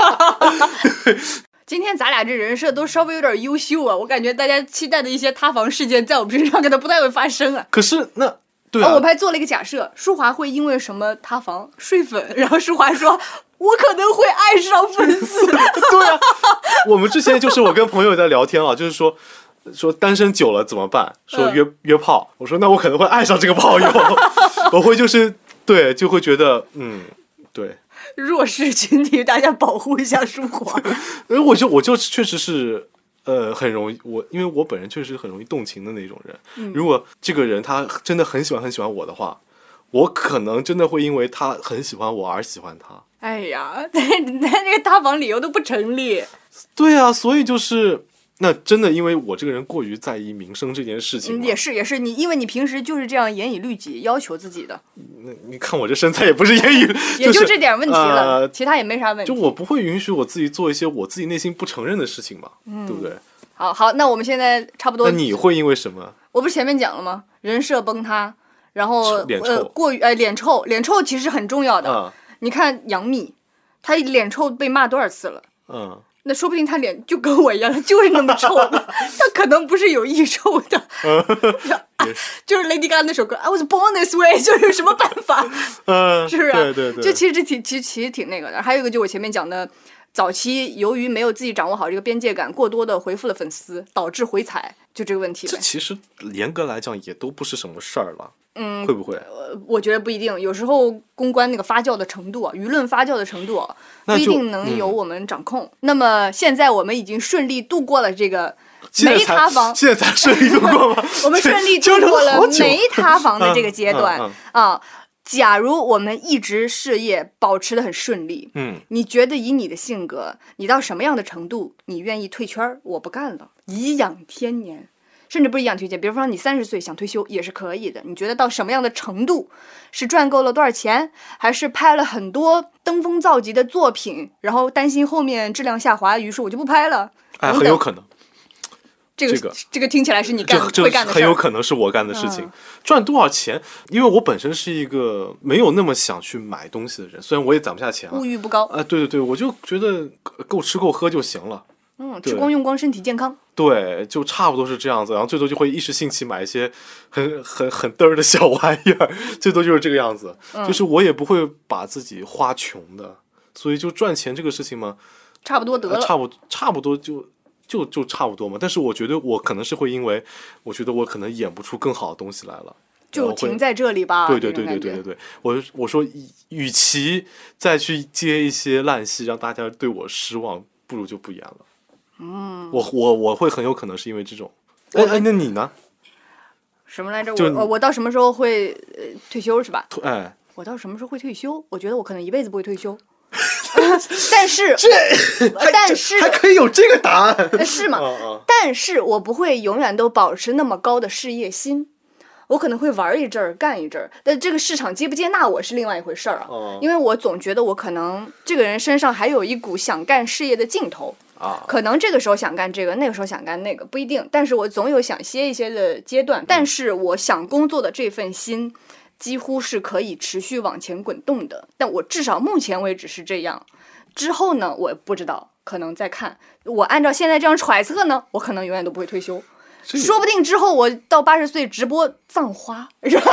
今天咱俩这人设都稍微有点优秀啊，我感觉大家期待的一些塌房事件在我们身上可能不太会发生啊。 可是那对啊， 哦、我们还做了一个假设，舒华会因为什么塌房睡粉，然后舒华说我可能会爱上粉丝。 对啊，我们之前就是我跟朋友在聊天啊，就是说说单身久了怎么办，说约、嗯、约炮，我说那我可能会爱上这个炮友。我会就是对就会觉得嗯对弱势群体，大家保护一下舒华。 因为我就我就确实是呃很容易，我因为我本人确实很容易动情的那种人、嗯、如果这个人他真的很喜欢很喜欢我的话，我可能真的会因为他很喜欢我而喜欢他。 哎呀，但但这个塌房理由都不成立。 对啊，所以就是那真的因为我这个人过于在意名声这件事情、 嗯、也是也是你因为你平时就是这样严以律己要求自己的。 那你看我这身材也不是严以、就是、 也就这点问题了、 呃、 其他也没啥问题。 就我不会允许我自己做一些我自己内心不承认的事情嘛、嗯、对不对？ 好好，那我们现在差不多。 那你会因为什么？ 我不是前面讲了吗？人设崩塌，然后脸臭、 呃、过于哎脸臭，脸臭其实很重要的、嗯、你看杨幂她脸臭被骂多少次了， 嗯， 那说不定她脸就跟我一样，她就是那么臭的。她可能不是有意臭的。就是 Lady Gaga 那首歌 I was born this way， 就是有什么办法？ 嗯， 是不是？ 对对对， 就其实这挺其实其实挺那个的。还有一个就我前面讲的，早期由于没有自己掌握好这个边界感，过多的回复了粉丝，导致回踩，就这个问题呗。 这其实严格来讲也都不是什么事儿了。 嗯， 会不会？ 呃，我觉得不一定。有时候公关那个发酵的程度啊，舆论发酵的程度啊，不一定能由我们掌控。嗯、那么现在我们已经顺利度过了这个没塌房， 现在才顺利度过吗？ 我们顺利度过了没塌房的这个阶段、嗯嗯嗯、啊。假如我们一直事业保持得很顺利， 嗯， 你觉得以你的性格，你到什么样的程度，你愿意退圈？我不干了，颐养天年。甚至不是颐养天年，比如说你三十岁想退休也是可以的。你觉得到什么样的程度，是赚够了多少钱，还是拍了很多登峰造极的作品，然后担心后面质量下滑，于是我就不拍了？ 哎，很有可能。 这个、这个、这个听起来是你干这会干的事， 很有可能是我干的事情。嗯、赚多少钱？因为我本身是一个没有那么想去买东西的人，虽然我也攒不下钱、啊， 物欲不高。 啊、呃，对对对，我就觉得够吃够喝就行了。 嗯，吃光用光，身体健康。 对，就差不多是这样子，然后最多就会一时兴起买一些很很很嘚儿的小玩意儿，最多就是这个样子。 嗯、 就是我也不会把自己花穷的，所以就赚钱这个事情嘛， 差不多得了， 呃、差不差不多就就就差不多嘛。但是我觉得我可能是会因为，我觉得我可能演不出更好的东西来了， 就停在这里吧。 对对对对对对对，我我说，与其再去接一些烂戏，让大家对我失望，不如就不演了。 嗯， 我我我会很有可能是因为这种，哎哎，那你呢？ 什么来着？我我到什么时候会、呃、退休是吧？ 哎， 我到什么时候会退休？我觉得我可能一辈子不会退休。但是这， 但是还可以有这个答案是吗？ 哦哦， 但是我不会永远都保持那么高的事业心。我可能会玩一阵儿，干一阵儿，但这个市场接不接纳我是另外一回事儿啊。 哦、 因为我总觉得我可能这个人身上还有一股想干事业的劲头啊， 可能这个时候想干这个，那个时候想干那个，不一定。但是我总有想歇一歇的阶段。嗯、但是我想工作的这份心，几乎是可以持续往前滚动的。但我至少目前为止是这样。之后呢，我不知道，可能再看。我按照现在这样揣测呢，我可能永远都不会退休。说不定之后我到八十岁直播葬花，是吧？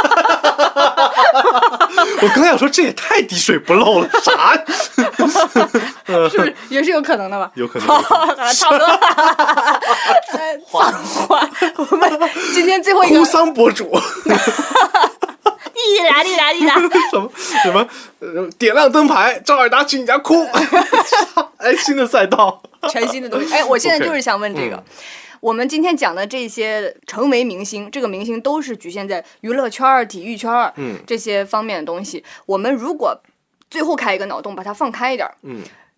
我刚想说这也太滴水不漏了，啥？ 是不是也是有可能的吧？ 有可能， 差不多。葬花，我们今天最后一个哭丧博主。 滴答滴答滴答， 什么什么？呃，点亮灯牌，赵尔达去你家哭。哎，新的赛道， 全新的东西。哎，我现在就是想问这个。 Okay, 嗯我们今天讲的这些成为明星，这个明星都是局限在娱乐圈、体育圈、 嗯、 这些方面的东西。我们如果最后开一个脑洞，把它放开一点， 嗯，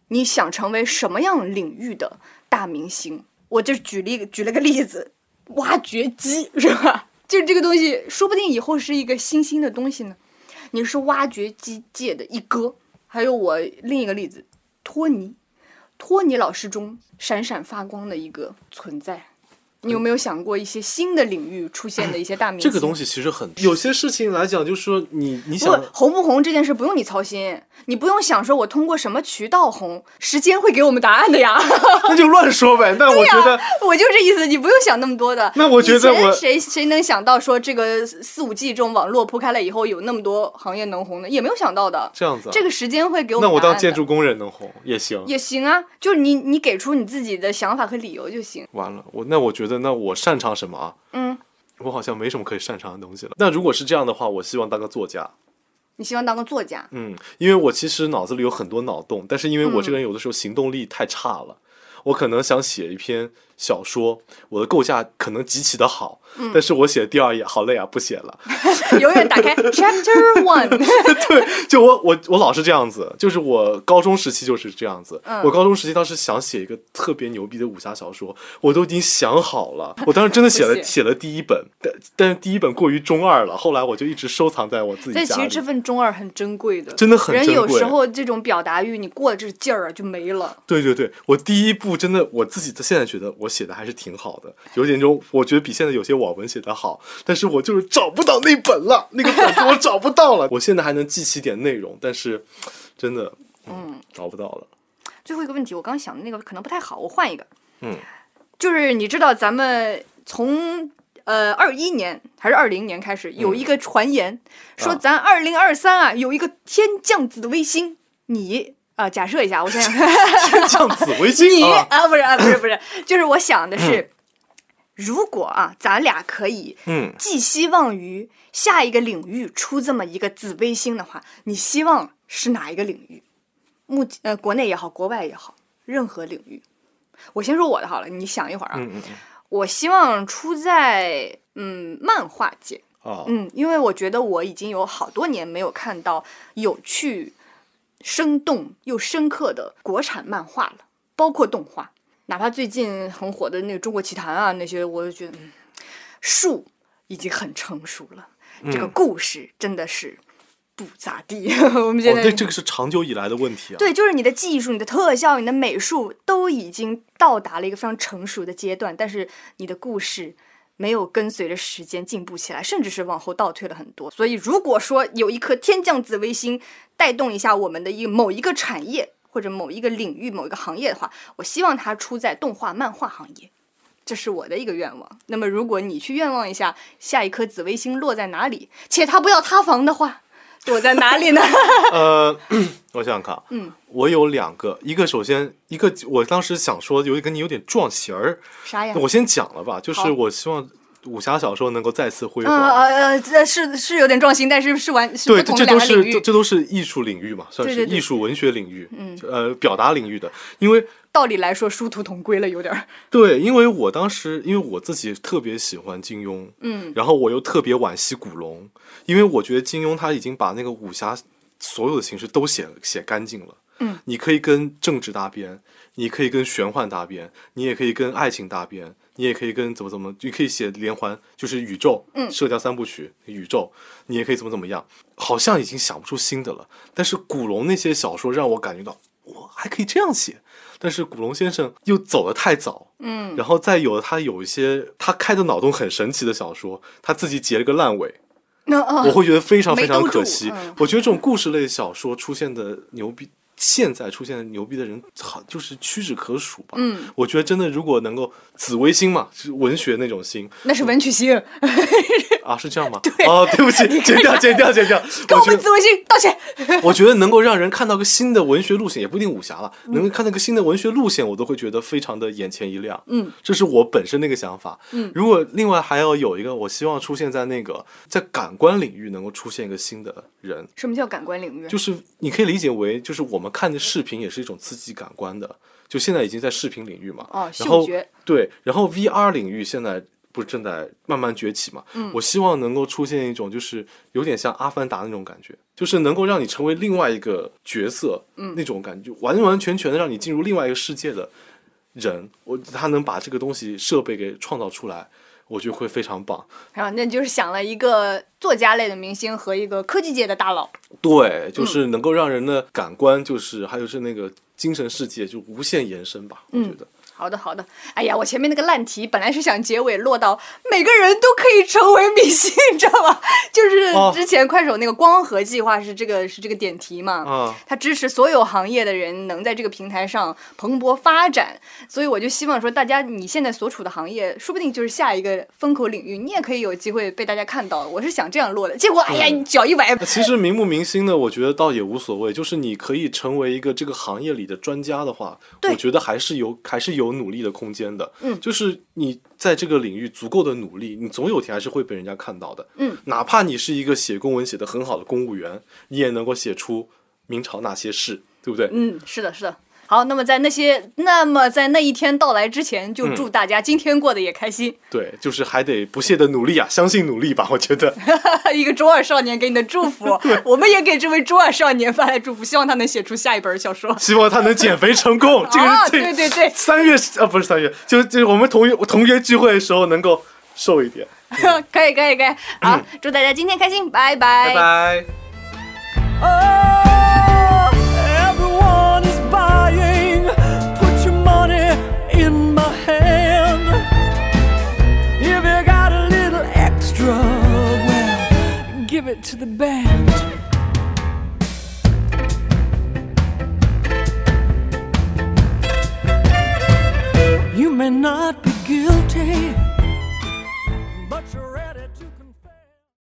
你想成为什么样领域的大明星？我就举例举了个例子，挖掘机是吧？就这个东西，说不定以后是一个新兴的东西呢。你是挖掘机界的一哥。还有我另一个例子，托尼，托尼老师中闪闪发光的一个存在。你有没有想过一些新的领域出现的一些大明星？ 这个东西其实很，有些事情来讲，就是说你你想不红不红这件事不用你操心，你不用想说我通过什么渠道红，时间会给我们答案的呀。 那就乱说呗。但我觉得、啊、 我就这意思，你不用想那么多的。 那我觉得我谁谁能想到说这个四五 G 这种网络铺开了以后有那么多行业能红的，也没有想到的。 这样子、啊， 这个时间会给我们答案的。 那我当建筑工人能红也行， 也行啊，就是你你给出你自己的想法和理由就行。 完了，我那我觉得那我擅长什么啊？ 嗯， 我好像没什么可以擅长的东西了。那如果是这样的话，我希望当个作家。 你希望当个作家？ 嗯，因为我其实脑子里有很多脑洞，但是因为我这个人有的时候行动力太差了，嗯、我可能想写一篇小说，我的构架可能极其的好，嗯、但是我写第二页好累啊，不写了。 永远打开 Chapter One 。 对，就我我我老是这样子，就是我高中时期就是这样子。嗯、我高中时期当时想写一个特别牛逼的武侠小说，我都已经想好了。我当时真的写了写了第一本，但但是第一本过于中二了，后来我就一直收藏在我自己家里。 但其实这份中二很珍贵的， 真的很珍贵。 人有时候这种表达欲，你过了这劲儿就没了。 对对对，我第一部真的我自己现在觉得我写的还是挺好的，有点种我觉得比现在有些网文写的好，但是我就是找不到那本了，那个本子我找不到了。我现在还能记起点内容，但是真的嗯找不到了。 最后一个问题，我刚想的那个可能不太好，我换一个。 嗯， 就是你知道咱们从呃二一年还是二零年开始有一个传言、嗯、说咱二零二三啊有一个天降紫微星，你啊、呃、假设一下，我想想天降紫微星你啊不是啊不是不是，就是我想的是。嗯，如果啊，咱俩可以寄希望于下一个领域出这么一个紫微星的话，你希望是哪一个领域？目呃，国内也好，国外也好，任何领域。我先说我的好了，你想一会儿啊。 嗯嗯嗯我希望出在嗯漫画界。 哦。 嗯，因为我觉得我已经有好多年没有看到有趣、生动又深刻的国产漫画了，包括动画。哪怕最近很火的那个《中国奇谭》啊，那些我就觉得，嗯，树已经很成熟了，嗯、这个故事真的是不咋地。我们现在、 哦、对，这个是长久以来的问题啊。 对，就是你的技术、你的特效、你的美术都已经到达了一个非常成熟的阶段，但是你的故事没有跟随着时间进步起来，甚至是往后倒退了很多。所以，如果说有一颗天降紫微星带动一下我们的一某一个产业。或者某一个领域、某一个行业的话，我希望它出在动画、漫画行业，这是我的一个愿望。那么，如果你去愿望一下，下一颗紫微星落在哪里，且它不要塌房的话，落在哪里呢？ 呃，我想想看， 嗯， 我有两个，一个首先一个，我当时想说有跟你有点撞型儿， 啥呀？ 我先讲了吧，就是我希望。武侠小说能够再次辉煌， 呃呃，是是有点壮心，但是是完是不同的两个领域。 对，这都是这都是艺术领域嘛，算是艺术文学领域， 嗯， 呃，表达领域的。因为道理来说，殊途同归了，有点。 对，因为我当时，因为我自己特别喜欢金庸， 嗯， 然后我又特别惋惜古龙，因为我觉得金庸他已经把那个武侠所有的形式都写写干净了。 嗯， 你可以跟政治搭边，你可以跟玄幻搭边，你也可以跟爱情搭边，你也可以跟怎么怎么，你可以写连环，就是宇宙， 嗯， 射雕三部曲宇宙，你也可以怎么怎么样，好像已经想不出新的了。但是古龙那些小说让我感觉到，我还可以这样写。但是古龙先生又走得太早， 嗯， 然后再有他有一些他开的脑洞很神奇的小说，他自己结了个烂尾。 Uh, 我会觉得非常非常可惜。 嗯、 我觉得这种故事类小说出现的牛逼，现在出现的牛逼的人，好就是屈指可数吧。 嗯， 我觉得真的，如果能够紫微星嘛，是文学那种星， 那是文曲星啊，是这样吗？ 对， 哦，对不起，剪掉，剪掉，剪掉， 跟我们紫微星道歉。 我觉得能够让人看到个新的文学路线，也不一定武侠了，嗯、能够看到个新的文学路线，我都会觉得非常的眼前一亮。 嗯， 这是我本身那个想法。 嗯， 如果另外还要有一个，我希望出现在那个在感官领域能够出现一个新的人。 什么叫感官领域？ 就是你可以理解为，就是我们看的视频也是一种刺激感官的。就现在已经在视频领域嘛， 哦， 然后嗅觉。 对，然后 V R 领域现在不是正在慢慢崛起嘛、 嗯、 我希望能够出现一种就是有点像阿凡达那种感觉，就是能够让你成为另外一个角色、 嗯、 那种感觉，完完全全的让你进入另外一个世界的人，我他能把这个东西设备给创造出来，我觉得会非常棒。 然后那就是想了一个作家类的明星和一个科技界的大佬， 对，就是能够让人的感官就是、嗯、还有是那个精神世界就无限延伸吧，我觉得、 嗯好的好的，哎呀，我前面那个烂题本来是想结尾落到每个人都可以成为明星，你知道吗？就是之前快手那个光合计划是这个是这个点题嘛， 啊， 它支持所有行业的人能在这个平台上蓬勃发展，所以我就希望说，大家你现在所处的行业，说不定就是下一个风口领域，你也可以有机会被大家看到。我是想这样落的，结果哎呀，你脚一崴。 其实明不明星呢，我觉得倒也无所谓，就是你可以成为一个这个行业里的专家的话，我觉得还是有还是有努力的空间。 嗯， 就是你在这个领域足够的努力，你总有一天还是会被人家看到的。 嗯， 哪怕你是一个写公文写得很好的公务员，你也能够写出明朝那些事，对不对？ 嗯，是的，是的。好，那么在那些，那么在那一天到来之前，就祝大家今天过得也开心。 嗯、对，就是还得不懈的努力啊，相信努力吧，我觉得。 一个中二少年给你的祝福，我们也给这位中二少年发来祝福，希望他能写出下一本小说， 希望他能减肥成功。这个是、 啊、对对对， 三月啊不是三月，就就我们同学同学聚会的时候能够瘦一点。 嗯、可以可以可以，好、嗯，祝大家今天开心，拜拜， 拜拜。 Give it to the band. You may not be guilty